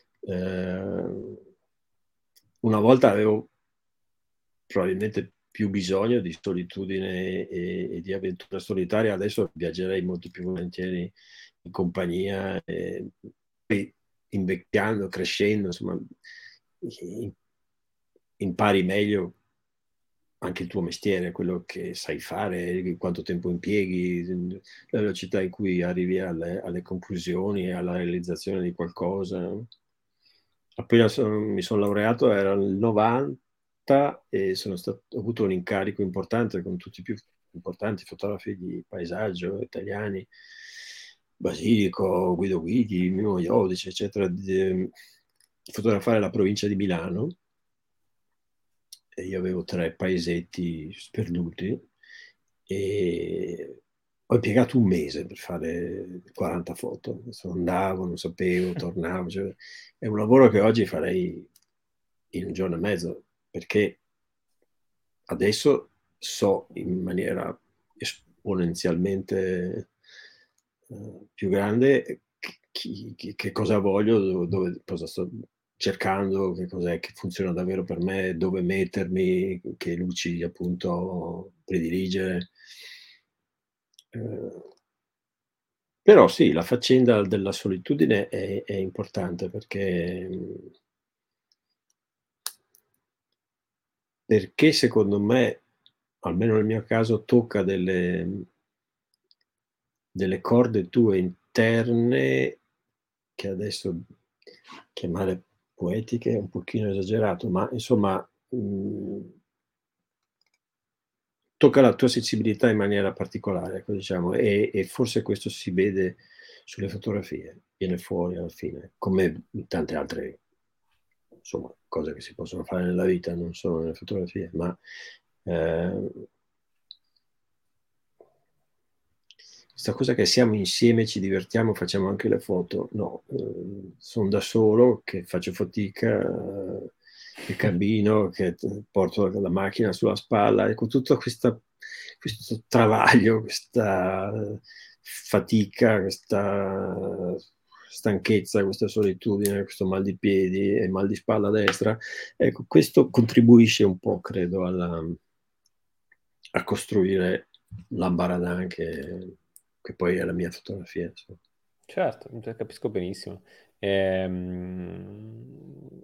Una volta avevo probabilmente più bisogno di solitudine e di avventura solitaria, adesso viaggerei molto più volentieri in compagnia, poi invecchiando, crescendo, insomma, impari meglio anche il tuo mestiere, quello che sai fare, quanto tempo impieghi, la velocità in cui arrivi alle conclusioni e alla realizzazione di qualcosa. Appena mi sono laureato era il 90 e ho avuto un incarico importante con tutti i più importanti fotografi di paesaggio italiani, Basilico, Guido Guidi, Mimo Iodice, eccetera, di fotografare la provincia di Milano. E io avevo 3 paesetti sperduti e ho impiegato un mese per fare 40 foto. Andavo, non sapevo, tornavo. Cioè, è un lavoro che oggi farei in un giorno e mezzo, perché adesso so in maniera esponenzialmente più grande che cosa voglio, cosa sto cercando, che cos'è che funziona davvero per me, dove mettermi, che luci appunto prediligere. Eh, Però sì, la faccenda della solitudine è importante perché secondo me, almeno nel mio caso, tocca delle corde tue interne che adesso chiamare poetiche è un pochino esagerato, ma insomma tocca la tua sensibilità in maniera particolare, ecco, diciamo, e forse questo si vede sulle fotografie, viene fuori alla fine, come in tante altre, insomma, cose che si possono fare nella vita, non solo nelle fotografie, ma eh, questa cosa che siamo insieme, ci divertiamo, facciamo anche le foto, no, sono da solo che faccio fatica, che cammino, che porto la macchina sulla spalla, ecco, tutto questo travaglio, questa fatica, questa stanchezza, questa solitudine, questo mal di piedi e mal di spalla a destra, ecco, questo contribuisce un po', credo, a costruire l'ambaradan che poi è la mia fotografia. Insomma. Certo, capisco benissimo. Ehm,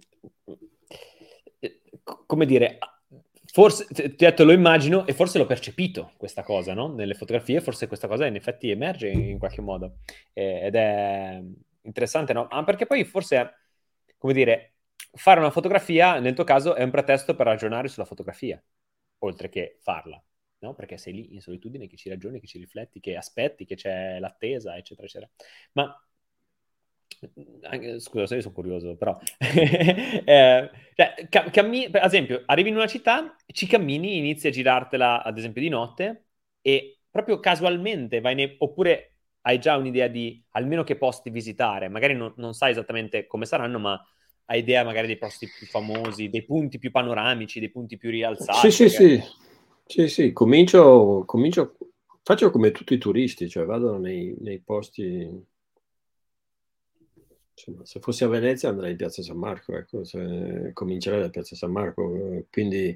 Come dire, forse, ti ho detto, lo immagino e forse l'ho percepito questa cosa, no? Nelle fotografie, forse questa cosa in effetti emerge in qualche modo. Ed è interessante, no? Ah, perché poi forse, come dire, fare una fotografia, nel tuo caso, è un pretesto per ragionare sulla fotografia, oltre che farla, no? Perché sei lì in solitudine, che ci ragioni, che ci rifletti, che aspetti, che c'è l'attesa, eccetera, eccetera. Ma Scusa, se io sono curioso, però... cioè, per esempio, arrivi in una città, ci cammini, inizi a girartela, ad esempio, di notte, e proprio casualmente oppure hai già un'idea di almeno che posti visitare, magari non sai esattamente come saranno, ma hai idea magari dei posti più famosi, dei punti più panoramici, dei punti più Sì, rialzati, sì, perché... sì, sì, sì, faccio come tutti i turisti, cioè vado nei posti, insomma, se fossi a Venezia andrei in Piazza San Marco, ecco, comincerei da Piazza San Marco, quindi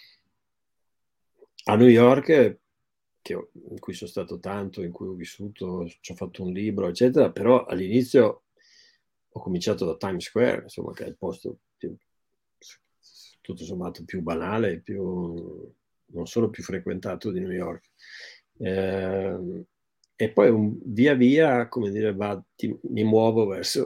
a New York, in cui sono stato tanto, in cui ho vissuto, ci ho fatto un libro, eccetera, però all'inizio ho cominciato da Times Square, insomma, che è il posto più, tutto sommato più banale, non solo più frequentato di New York. E poi via via, come dire, mi muovo verso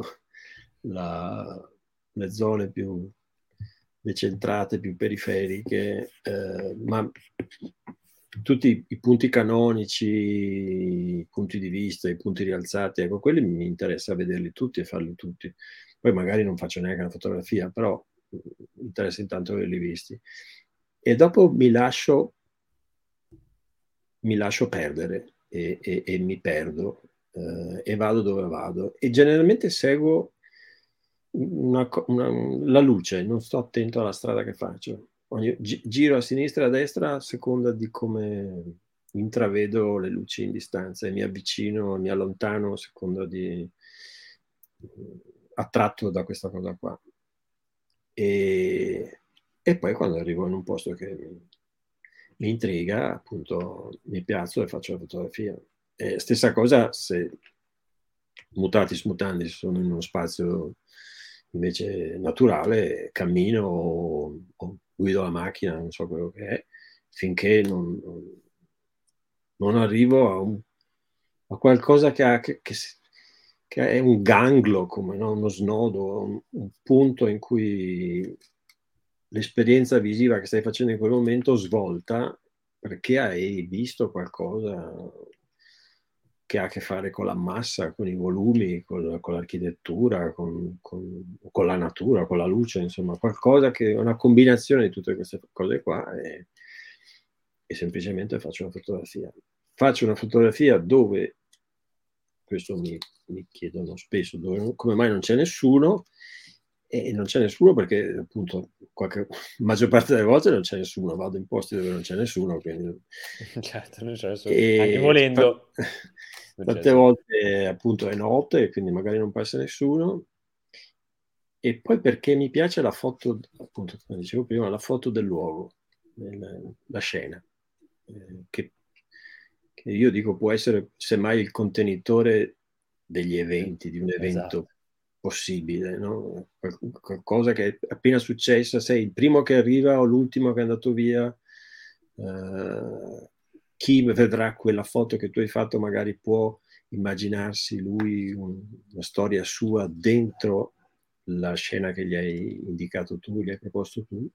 le zone più decentrate, più periferiche, ma tutti i punti canonici, i punti di vista, i punti rialzati, ecco, quelli mi interessa vederli tutti e farli tutti. Poi magari non faccio neanche una fotografia, però mi interessa intanto averli visti. E dopo mi lascio perdere e mi perdo e vado dove vado. E generalmente seguo la luce, non sto attento alla strada che faccio. Giro a sinistra e a destra a seconda di come intravedo le luci in distanza e mi avvicino, mi allontano a seconda di attratto da questa cosa qua. E poi quando arrivo in un posto che mi intriga, appunto mi piazzo e faccio la fotografia. E stessa cosa se mutatis mutandis sono in uno spazio invece naturale, cammino o guido la macchina, non so quello che è, finché non arrivo a qualcosa che è un ganglo, come no? Uno snodo, un punto in cui l'esperienza visiva che stai facendo in quel momento svolta perché hai visto qualcosa che ha a che fare con la massa, con i volumi, con l'architettura, con la natura, con la luce, insomma, qualcosa che è una combinazione di tutte queste cose qua e semplicemente faccio una fotografia. Faccio una fotografia dove, questo mi chiedono spesso, come mai non c'è nessuno, e non c'è nessuno perché appunto la maggior parte delle volte non c'è nessuno, vado in posti dove non c'è nessuno, quindi... Certo, non c'è nessuno. Anche E volendo, non c'è tante nessuno. volte appunto è notte, quindi magari non passa nessuno. E poi perché mi piace la foto, appunto, come dicevo prima, la foto del luogo, la scena, che io dico può essere semmai il contenitore degli eventi, di un Esatto. evento possibile, no? Qualcosa che è appena successa, sei il primo che arriva o l'ultimo che è andato via. Chi vedrà quella foto che tu hai fatto magari può immaginarsi lui una storia sua dentro la scena che gli hai indicato tu, gli hai proposto tu.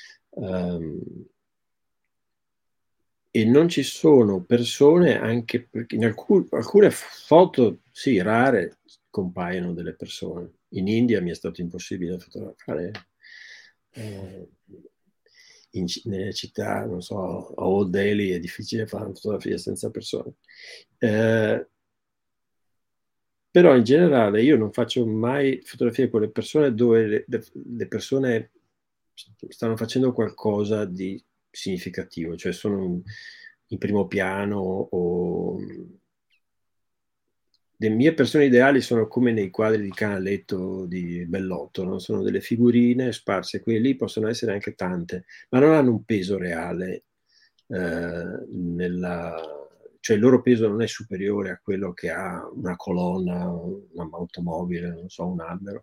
E non ci sono persone, anche perché in alcune foto, sì, rare, compaiono delle persone. In India mi è stato impossibile fotografare nelle città, non so, a Old Delhi è difficile fare una fotografia senza persone. Però in generale io non faccio mai fotografie con le persone dove le persone stanno facendo qualcosa di significativo, cioè sono in primo piano o... Le mie persone ideali sono come nei quadri di Canaletto di Bellotto, no? Sono delle figurine sparse, quelle lì possono essere anche tante, ma non hanno un peso reale cioè il loro peso non è superiore a quello che ha una colonna, un'automobile, non so, un albero.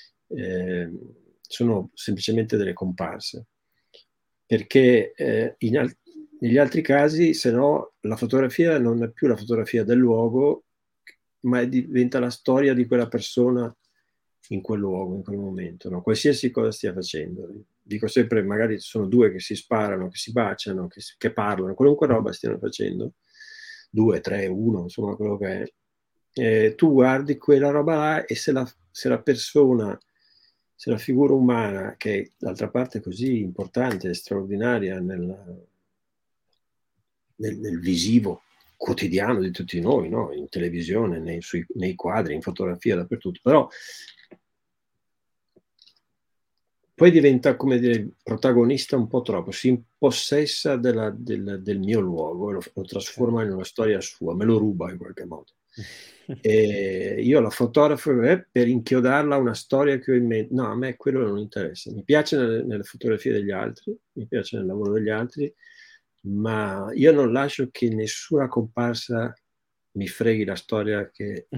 Sono semplicemente delle comparse. Perché negli altri casi, se no, la fotografia non è più la fotografia del luogo, ma diventa la storia di quella persona in quel luogo, in quel momento, no? Qualsiasi cosa stia facendo. Dico sempre, magari sono due che si sparano, che si baciano, che parlano, qualunque roba stiano facendo, due, tre, uno, insomma, quello che è. tu guardi quella roba là e se la persona, se la figura umana, che è d'altra parte così importante e straordinaria nel visivo quotidiano di tutti noi, no? In televisione, nei quadri, in fotografia, dappertutto, però poi diventa, come dire, protagonista un po' troppo, si impossessa del mio luogo, lo trasforma in una storia sua, me lo ruba in qualche modo. E io la fotografo per inchiodarla a una storia che ho in mente. No, a me quello non interessa. Mi piace nelle fotografie degli altri, mi piace nel lavoro degli altri, ma io non lascio che nessuna comparsa mi freghi la storia che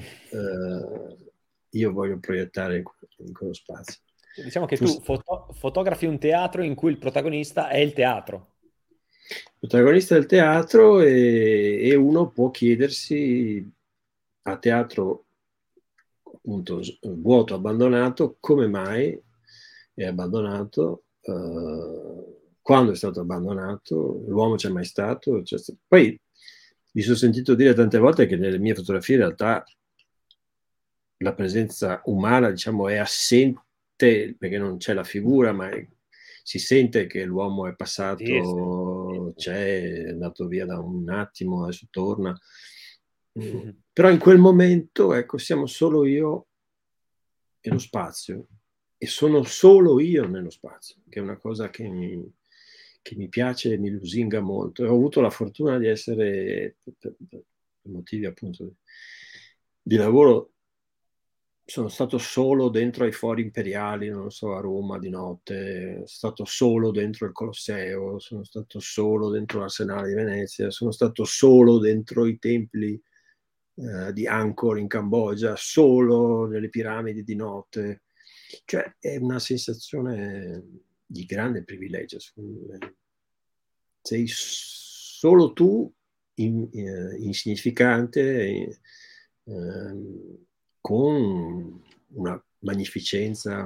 io voglio proiettare in quello spazio. Diciamo che tu fotografi un teatro in cui il protagonista è il teatro. Protagonista del teatro e uno può chiedersi a teatro appunto vuoto, abbandonato, come mai è abbandonato, quando è stato abbandonato, l'uomo c'è mai stato. Poi mi sono sentito dire tante volte che nelle mie fotografie in realtà la presenza umana, diciamo, è assente perché non c'è la figura, ma si sente che l'uomo è Sì, sì. passato, c'è, è andato via da un attimo, adesso torna. Però in quel momento, ecco, siamo solo io e lo spazio, e sono solo io nello spazio, che è una cosa che mi piace e mi lusinga molto. E ho avuto la fortuna di essere, per motivi appunto di lavoro, sono stato solo dentro ai fori imperiali, non so, a Roma di notte, sono stato solo dentro il Colosseo, sono stato solo dentro l'Arsenale di Venezia, sono stato solo dentro i templi di Angkor in Cambogia, solo nelle piramidi di notte. Cioè è una sensazione di grande privilegio, secondo me. Sei solo tu, insignificante, con una magnificenza,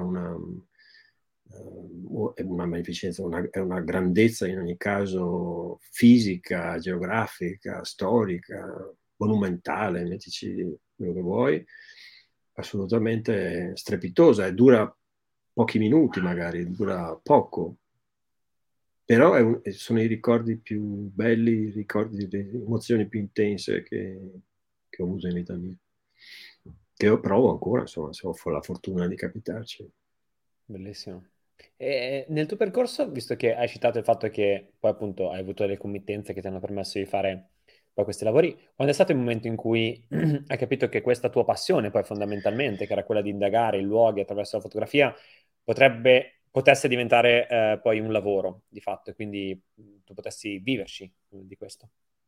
una magnificenza, è una grandezza in ogni caso fisica, geografica, storica, monumentale, mettici quello che vuoi, assolutamente strepitosa, e dura pochi minuti magari, dura poco, però sono i ricordi più belli, i ricordi, le emozioni più intense che ho avuto in vita mia, che io provo ancora, insomma, se ho la fortuna di capitarci. Bellissimo. E nel tuo percorso, visto che hai citato il fatto che poi appunto hai avuto delle committenze che ti hanno permesso di fare poi questi lavori, quando è stato il momento in cui hai capito che questa tua passione, poi fondamentalmente, che era quella di indagare i luoghi attraverso la fotografia, potesse diventare poi un lavoro di fatto, e quindi tu potessi viverci di questo?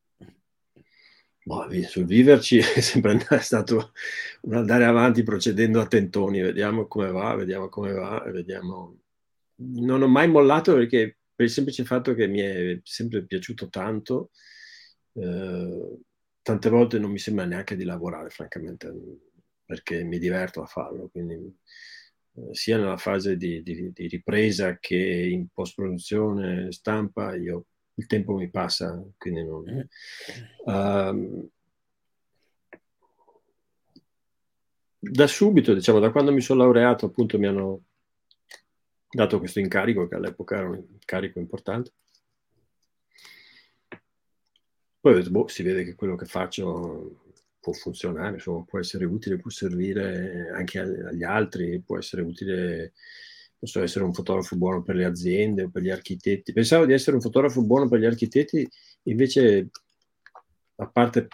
Boh, sul viverci è sempre stato un andare avanti procedendo a tentoni, vediamo come va, vediamo come va, vediamo. Non ho mai mollato perché per il semplice fatto che mi è sempre piaciuto tanto, tante volte non mi sembra neanche di lavorare, francamente, perché mi diverto a farlo, quindi sia nella fase di ripresa che in post-produzione, stampa, il tempo mi passa, quindi non. Um, da subito, diciamo, da quando mi sono laureato, appunto, mi hanno dato questo incarico, che all'epoca era un incarico importante. Poi ho detto, boh, si vede che quello che faccio può funzionare, insomma, può essere utile, può servire anche agli altri, può essere utile, posso essere un fotografo buono per le aziende o per gli architetti. Pensavo di essere un fotografo buono per gli architetti, invece, a parte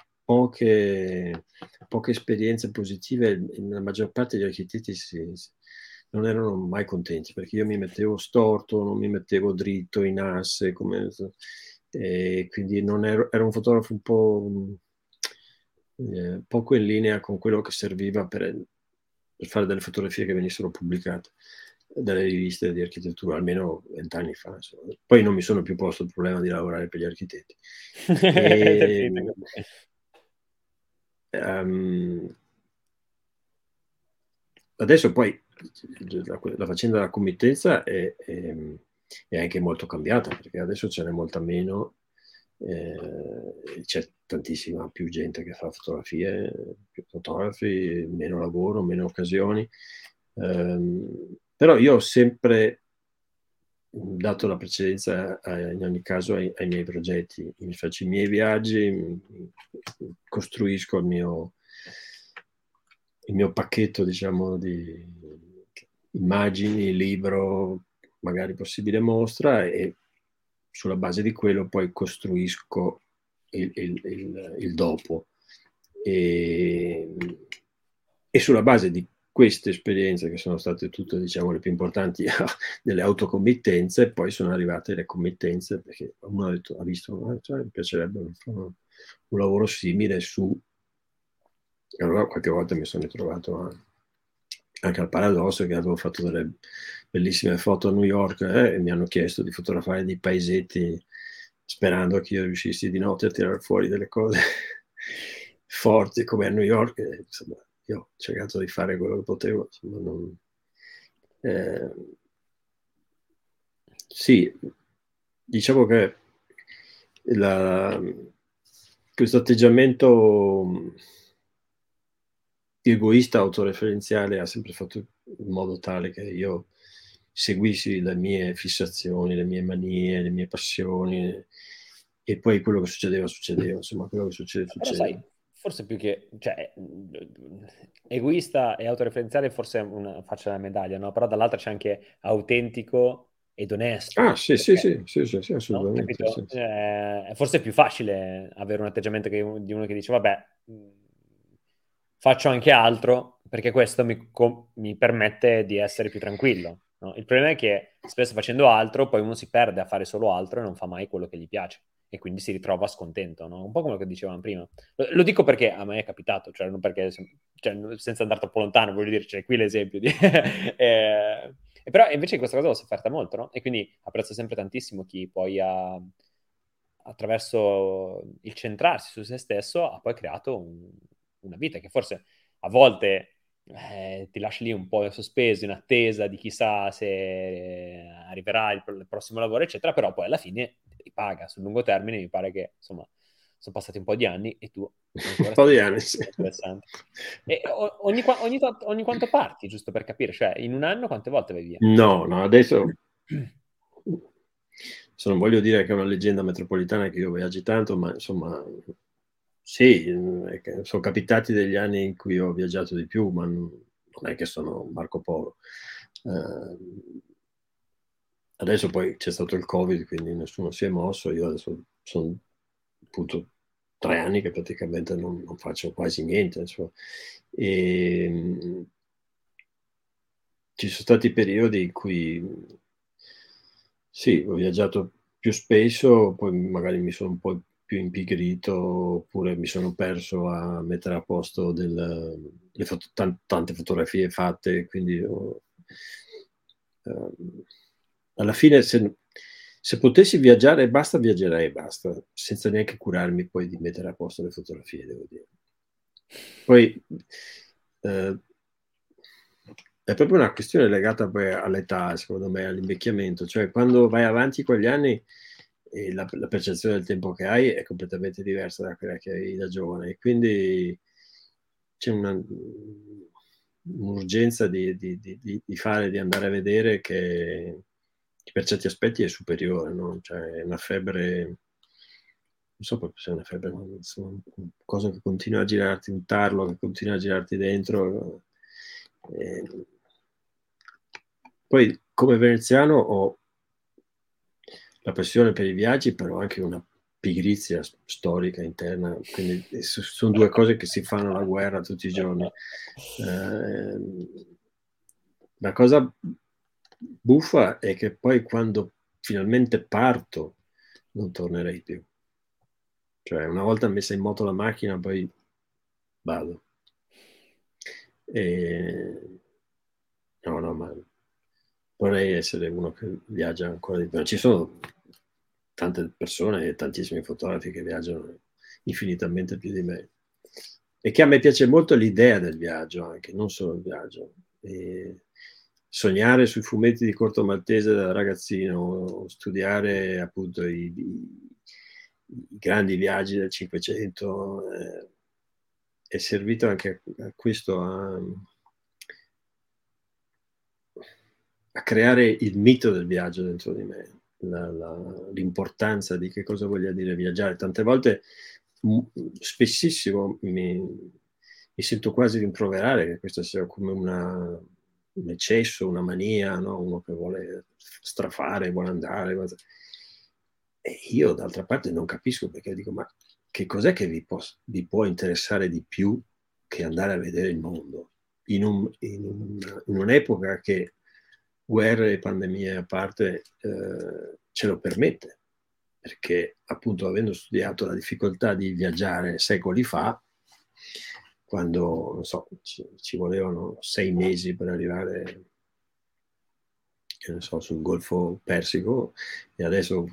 poche esperienze positive, la maggior parte degli architetti non erano mai contenti, perché io mi mettevo storto, non mi mettevo dritto in asse, e quindi non ero un fotografo un po' poco in linea con quello che serviva per fare delle fotografie che venissero pubblicate dalle riviste di architettura, almeno 20 anni fa. Insomma. Poi non mi sono più posto il problema di lavorare per gli architetti. E, adesso poi la faccenda della committenza è anche molto cambiata, perché adesso ce n'è molta meno, c'è tantissima più gente che fa fotografie, più fotografi, meno lavoro, meno occasioni. Però io ho sempre dato la precedenza in ogni caso ai miei progetti. Mi faccio i miei viaggi, costruisco il mio pacchetto, diciamo, di immagini, libro, magari possibile mostra, e sulla base di quello poi costruisco il dopo. E sulla base di queste esperienze, che sono state tutte, diciamo, le più importanti delle autocommittenze, poi sono arrivate le committenze, perché uno ha visto, cioè, mi piacerebbe fare un lavoro simile su... E allora qualche volta mi sono ritrovato anche al paradosso che avevo fatto delle bellissime foto a New York, e mi hanno chiesto di fotografare dei paesetti, sperando che io riuscissi di notte a tirare fuori delle cose forti come a New York. E, insomma, io ho cercato di fare quello che potevo, insomma, non... sì, diciamo che questo atteggiamento egoista, autoreferenziale, ha sempre fatto in modo tale che io seguissi le mie fissazioni, le mie manie, le mie passioni, e poi quello che succedeva, insomma, quello che succede, Però succede. sai, forse più che, cioè, egoista e autoreferenziale forse è una faccia della medaglia, no? Però dall'altra c'è anche autentico ed onesto, Ah, sì, sì, perché, sì, sì, sì, sì, no? assolutamente. Capito? Sì, sì. Forse è più facile avere un atteggiamento di uno che dice, vabbè, faccio anche altro, perché questo mi permette di essere più tranquillo, no? Il problema è che spesso facendo altro, poi uno si perde a fare solo altro e non fa mai quello che gli piace. E quindi si ritrova scontento, no? Un po' come lo che dicevamo prima. Lo dico perché a me è capitato, cioè non perché, cioè, senza andare troppo lontano, voglio dire, c'è qui l'esempio di... però invece in questa cosa l'ho sofferta molto, no? E quindi apprezzo sempre tantissimo chi poi ha, attraverso il centrarsi su se stesso, ha poi creato una vita che forse a volte ti lascia lì un po' sospeso in attesa di chissà se arriverà il prossimo lavoro, eccetera, però poi alla fine ripaga sul lungo termine. Mi pare che insomma sono passati un po' di anni e tu Un ancora po' stai di facendo anni, sì. cose interessanti. E ogni quanto parti, giusto per capire, cioè in un anno quante volte vai via? No, no, adesso non voglio dire che è una leggenda metropolitana che io viaggi tanto, ma insomma, sì, sono capitati degli anni in cui ho viaggiato di più, ma non è che sono Marco Polo. Adesso poi c'è stato il Covid, quindi nessuno si è mosso. Io adesso sono appunto 3 anni che praticamente non faccio quasi niente, insomma. E ci sono stati periodi in cui sì, ho viaggiato più spesso, poi magari mi sono un po' più impigrito, oppure mi sono perso a mettere a posto tante fotografie fatte, quindi alla fine se potessi viaggiare e basta, viaggerei e basta, senza neanche curarmi poi di mettere a posto le fotografie, devo dire. Poi è proprio una questione legata poi all'età, secondo me, all'invecchiamento, cioè quando vai avanti con gli anni la percezione del tempo che hai è completamente diversa da quella che hai da giovane, quindi c'è un'urgenza di fare, di andare a vedere, che per certi aspetti è superiore, no? Cioè è una febbre, non so proprio se è una febbre, ma insomma, cosa che continua a girarti, un tarlo che continua a girarti dentro. Poi come veneziano ho la passione per i viaggi, però anche una pigrizia storica interna, quindi sono due cose che si fanno la guerra tutti i giorni. La cosa buffa è che poi quando finalmente parto non tornerei più. Cioè, una volta messa in moto la macchina, poi vado. No, no, ma vorrei essere uno che viaggia ancora di più. Ci sono tante persone e tantissimi fotografi che viaggiano infinitamente più di me. E che a me piace molto l'idea del viaggio, anche, non solo il viaggio. E sognare sui fumetti di Corto Maltese da ragazzino, studiare appunto i grandi viaggi del Cinquecento, è servito anche a questo, a creare il mito del viaggio dentro di me, l'importanza di che cosa voglia dire viaggiare. Tante volte, spessissimo, mi sento quasi rimproverare che questo sia come un eccesso, una mania, no? Uno che vuole strafare, vuole andare. E io d'altra parte non capisco, perché dico, ma che cos'è che vi può interessare di più che andare a vedere il mondo? In un'epoca che, guerre e pandemie a parte, ce lo permette, perché appunto avendo studiato la difficoltà di viaggiare secoli fa, quando non so, ci volevano 6 mesi per arrivare, che ne so, sul Golfo Persico, e adesso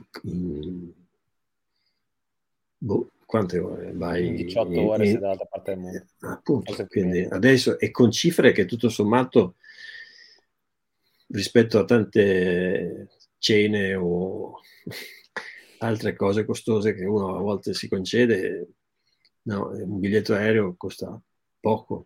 quante ore In vai 18 ore sei dall'altra parte del mondo. appunto, Forse anche quindi meno. adesso, e con cifre che tutto sommato, rispetto a tante cene o altre cose costose che uno a volte si concede, no, un biglietto aereo costa poco.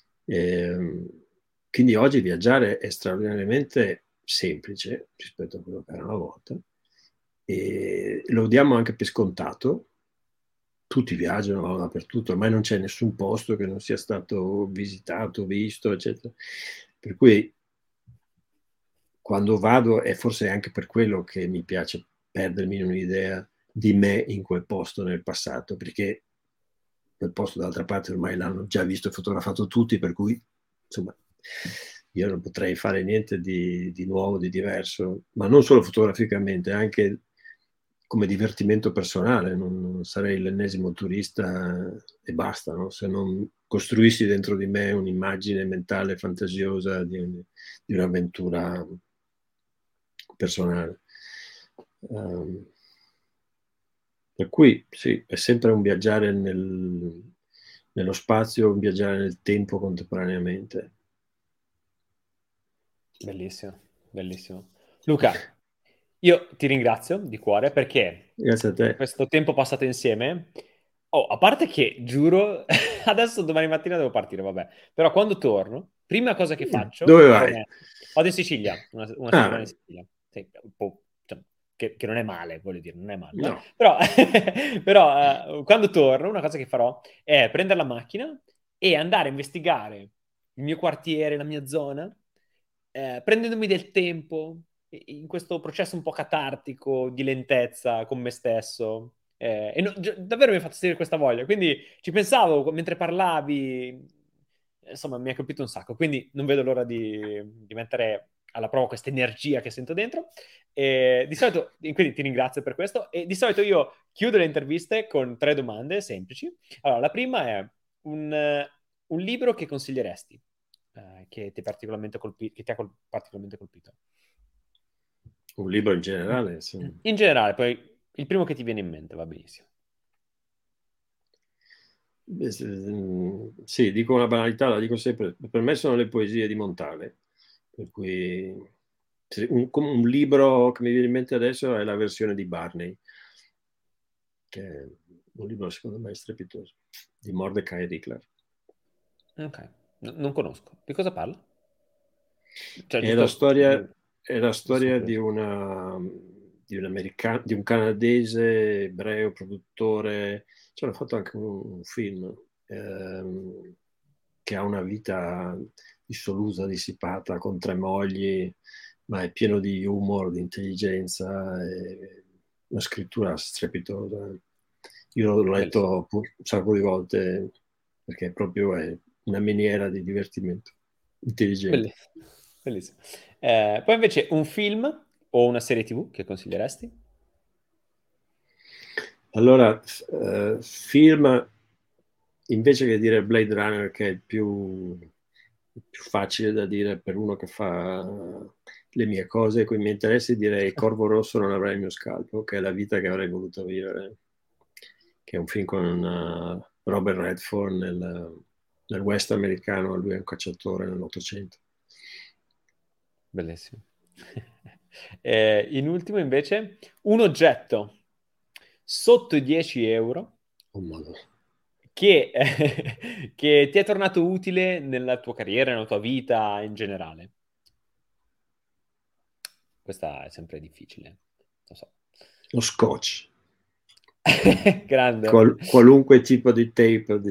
Quindi oggi viaggiare è straordinariamente semplice rispetto a quello che era una volta, e lo diamo anche per scontato. Tutti viaggiano, vanno dappertutto, ormai non c'è nessun posto che non sia stato visitato, visto, eccetera. Per cui quando vado, è forse anche per quello che mi piace perdermi un'idea di me in quel posto nel passato, perché quel posto d'altra parte ormai l'hanno già visto e fotografato tutti, per cui insomma io non potrei fare niente di nuovo, di diverso, ma non solo fotograficamente, anche come divertimento personale. Non sarei l'ennesimo turista e basta, no? Se non costruissi dentro di me un'immagine mentale fantasiosa di un'avventura personale. Per cui sì, è sempre un viaggiare nello spazio, un viaggiare nel tempo contemporaneamente. Bellissimo, bellissimo. Luca, io ti ringrazio di cuore perché Grazie a te. questo tempo passato insieme, oh, a parte che giuro, adesso domani mattina devo partire, vabbè, però quando torno, prima cosa che faccio, Dove vai? prometto, vado in Sicilia, una settimana Ah, in Sicilia, sì, cioè, che non è male, voglio dire, non è male, no. però, però quando torno, una cosa che farò è prendere la macchina e andare a investigare il mio quartiere, la mia zona, prendendomi del tempo in questo processo un po' catartico di lentezza con me stesso. E davvero mi ha fatto sentire questa voglia. Quindi ci pensavo mentre parlavi, insomma, mi ha colpito un sacco. Quindi non vedo l'ora di mettere alla prova questa energia che sento dentro. E di solito, quindi ti ringrazio per questo. E di solito io chiudo le interviste con 3 domande semplici. Allora, la prima è un libro che consiglieresti, che ti, che ti ha particolarmente colpito? Un libro in generale, sì. In generale, poi il primo che ti viene in mente va benissimo. Beh, sì, dico una banalità, la dico sempre, per me sono le poesie di Montale, per cui come un libro che mi viene in mente adesso è la versione di Barney, che è un libro secondo me strepitoso, di Mordecai Richler. Ok, non conosco. Di cosa parla? Cioè, È la giusto... storia, è la sono storia curioso. di un canadese ebreo produttore. Ci hanno fatto anche un film, che ha una vita dissoluta, dissipata, con 3 mogli, ma è pieno di humor, di intelligenza, e una scrittura strepitosa. Io l'ho Bellissimo. letto un sacco di volte, perché proprio è una miniera di divertimento intelligente. Bellissimo. Bellissimo. Poi invece un film o una serie TV che consiglieresti? Allora, film, invece che dire Blade Runner, che è il più facile da dire per uno che fa le mie cose con i miei interessi, direi Corvo Rosso non avrà il mio scalpo, che è la vita che avrei voluto vivere, che è un film con Robert Redford nel West americano. Lui è un cacciatore nell'Ottocento. Bellissimo. In ultimo invece, un oggetto sotto i 10 euro Oh, Madonna. che, che ti è tornato utile nella tua carriera, nella tua vita in generale? Questa è sempre difficile, lo so. Lo scotch. Grande. Qualunque tipo di tape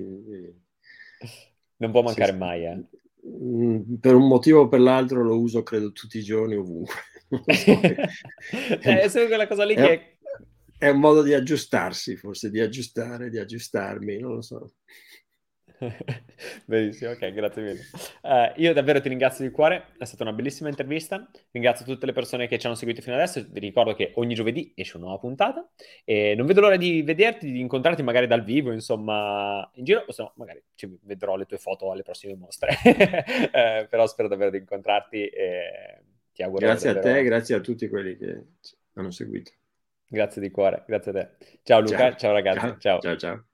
Non può sì, mancare sì. mai, eh. Per un motivo o per l'altro lo uso credo tutti i giorni ovunque. Non lo so. È sempre quella cosa lì È- che... è un modo di aggiustarsi, forse di aggiustare, di aggiustarmi, non lo so. Benissimo, ok, grazie mille. Io davvero ti ringrazio di cuore, è stata una bellissima intervista. Ringrazio tutte le persone che ci hanno seguito fino adesso. Vi ricordo che ogni giovedì esce una nuova puntata e non vedo l'ora di vederti, di incontrarti magari dal vivo, insomma, in giro, o se no, magari ci vedrò le tue foto alle prossime mostre. Però spero davvero di incontrarti e ti auguro Grazie a te, davvero grazie a tutti quelli che ci hanno seguito. grazie di cuore, grazie a te. Ciao Ciao, Luca, ciao ragazzi, ciao, ciao. ciao, ciao.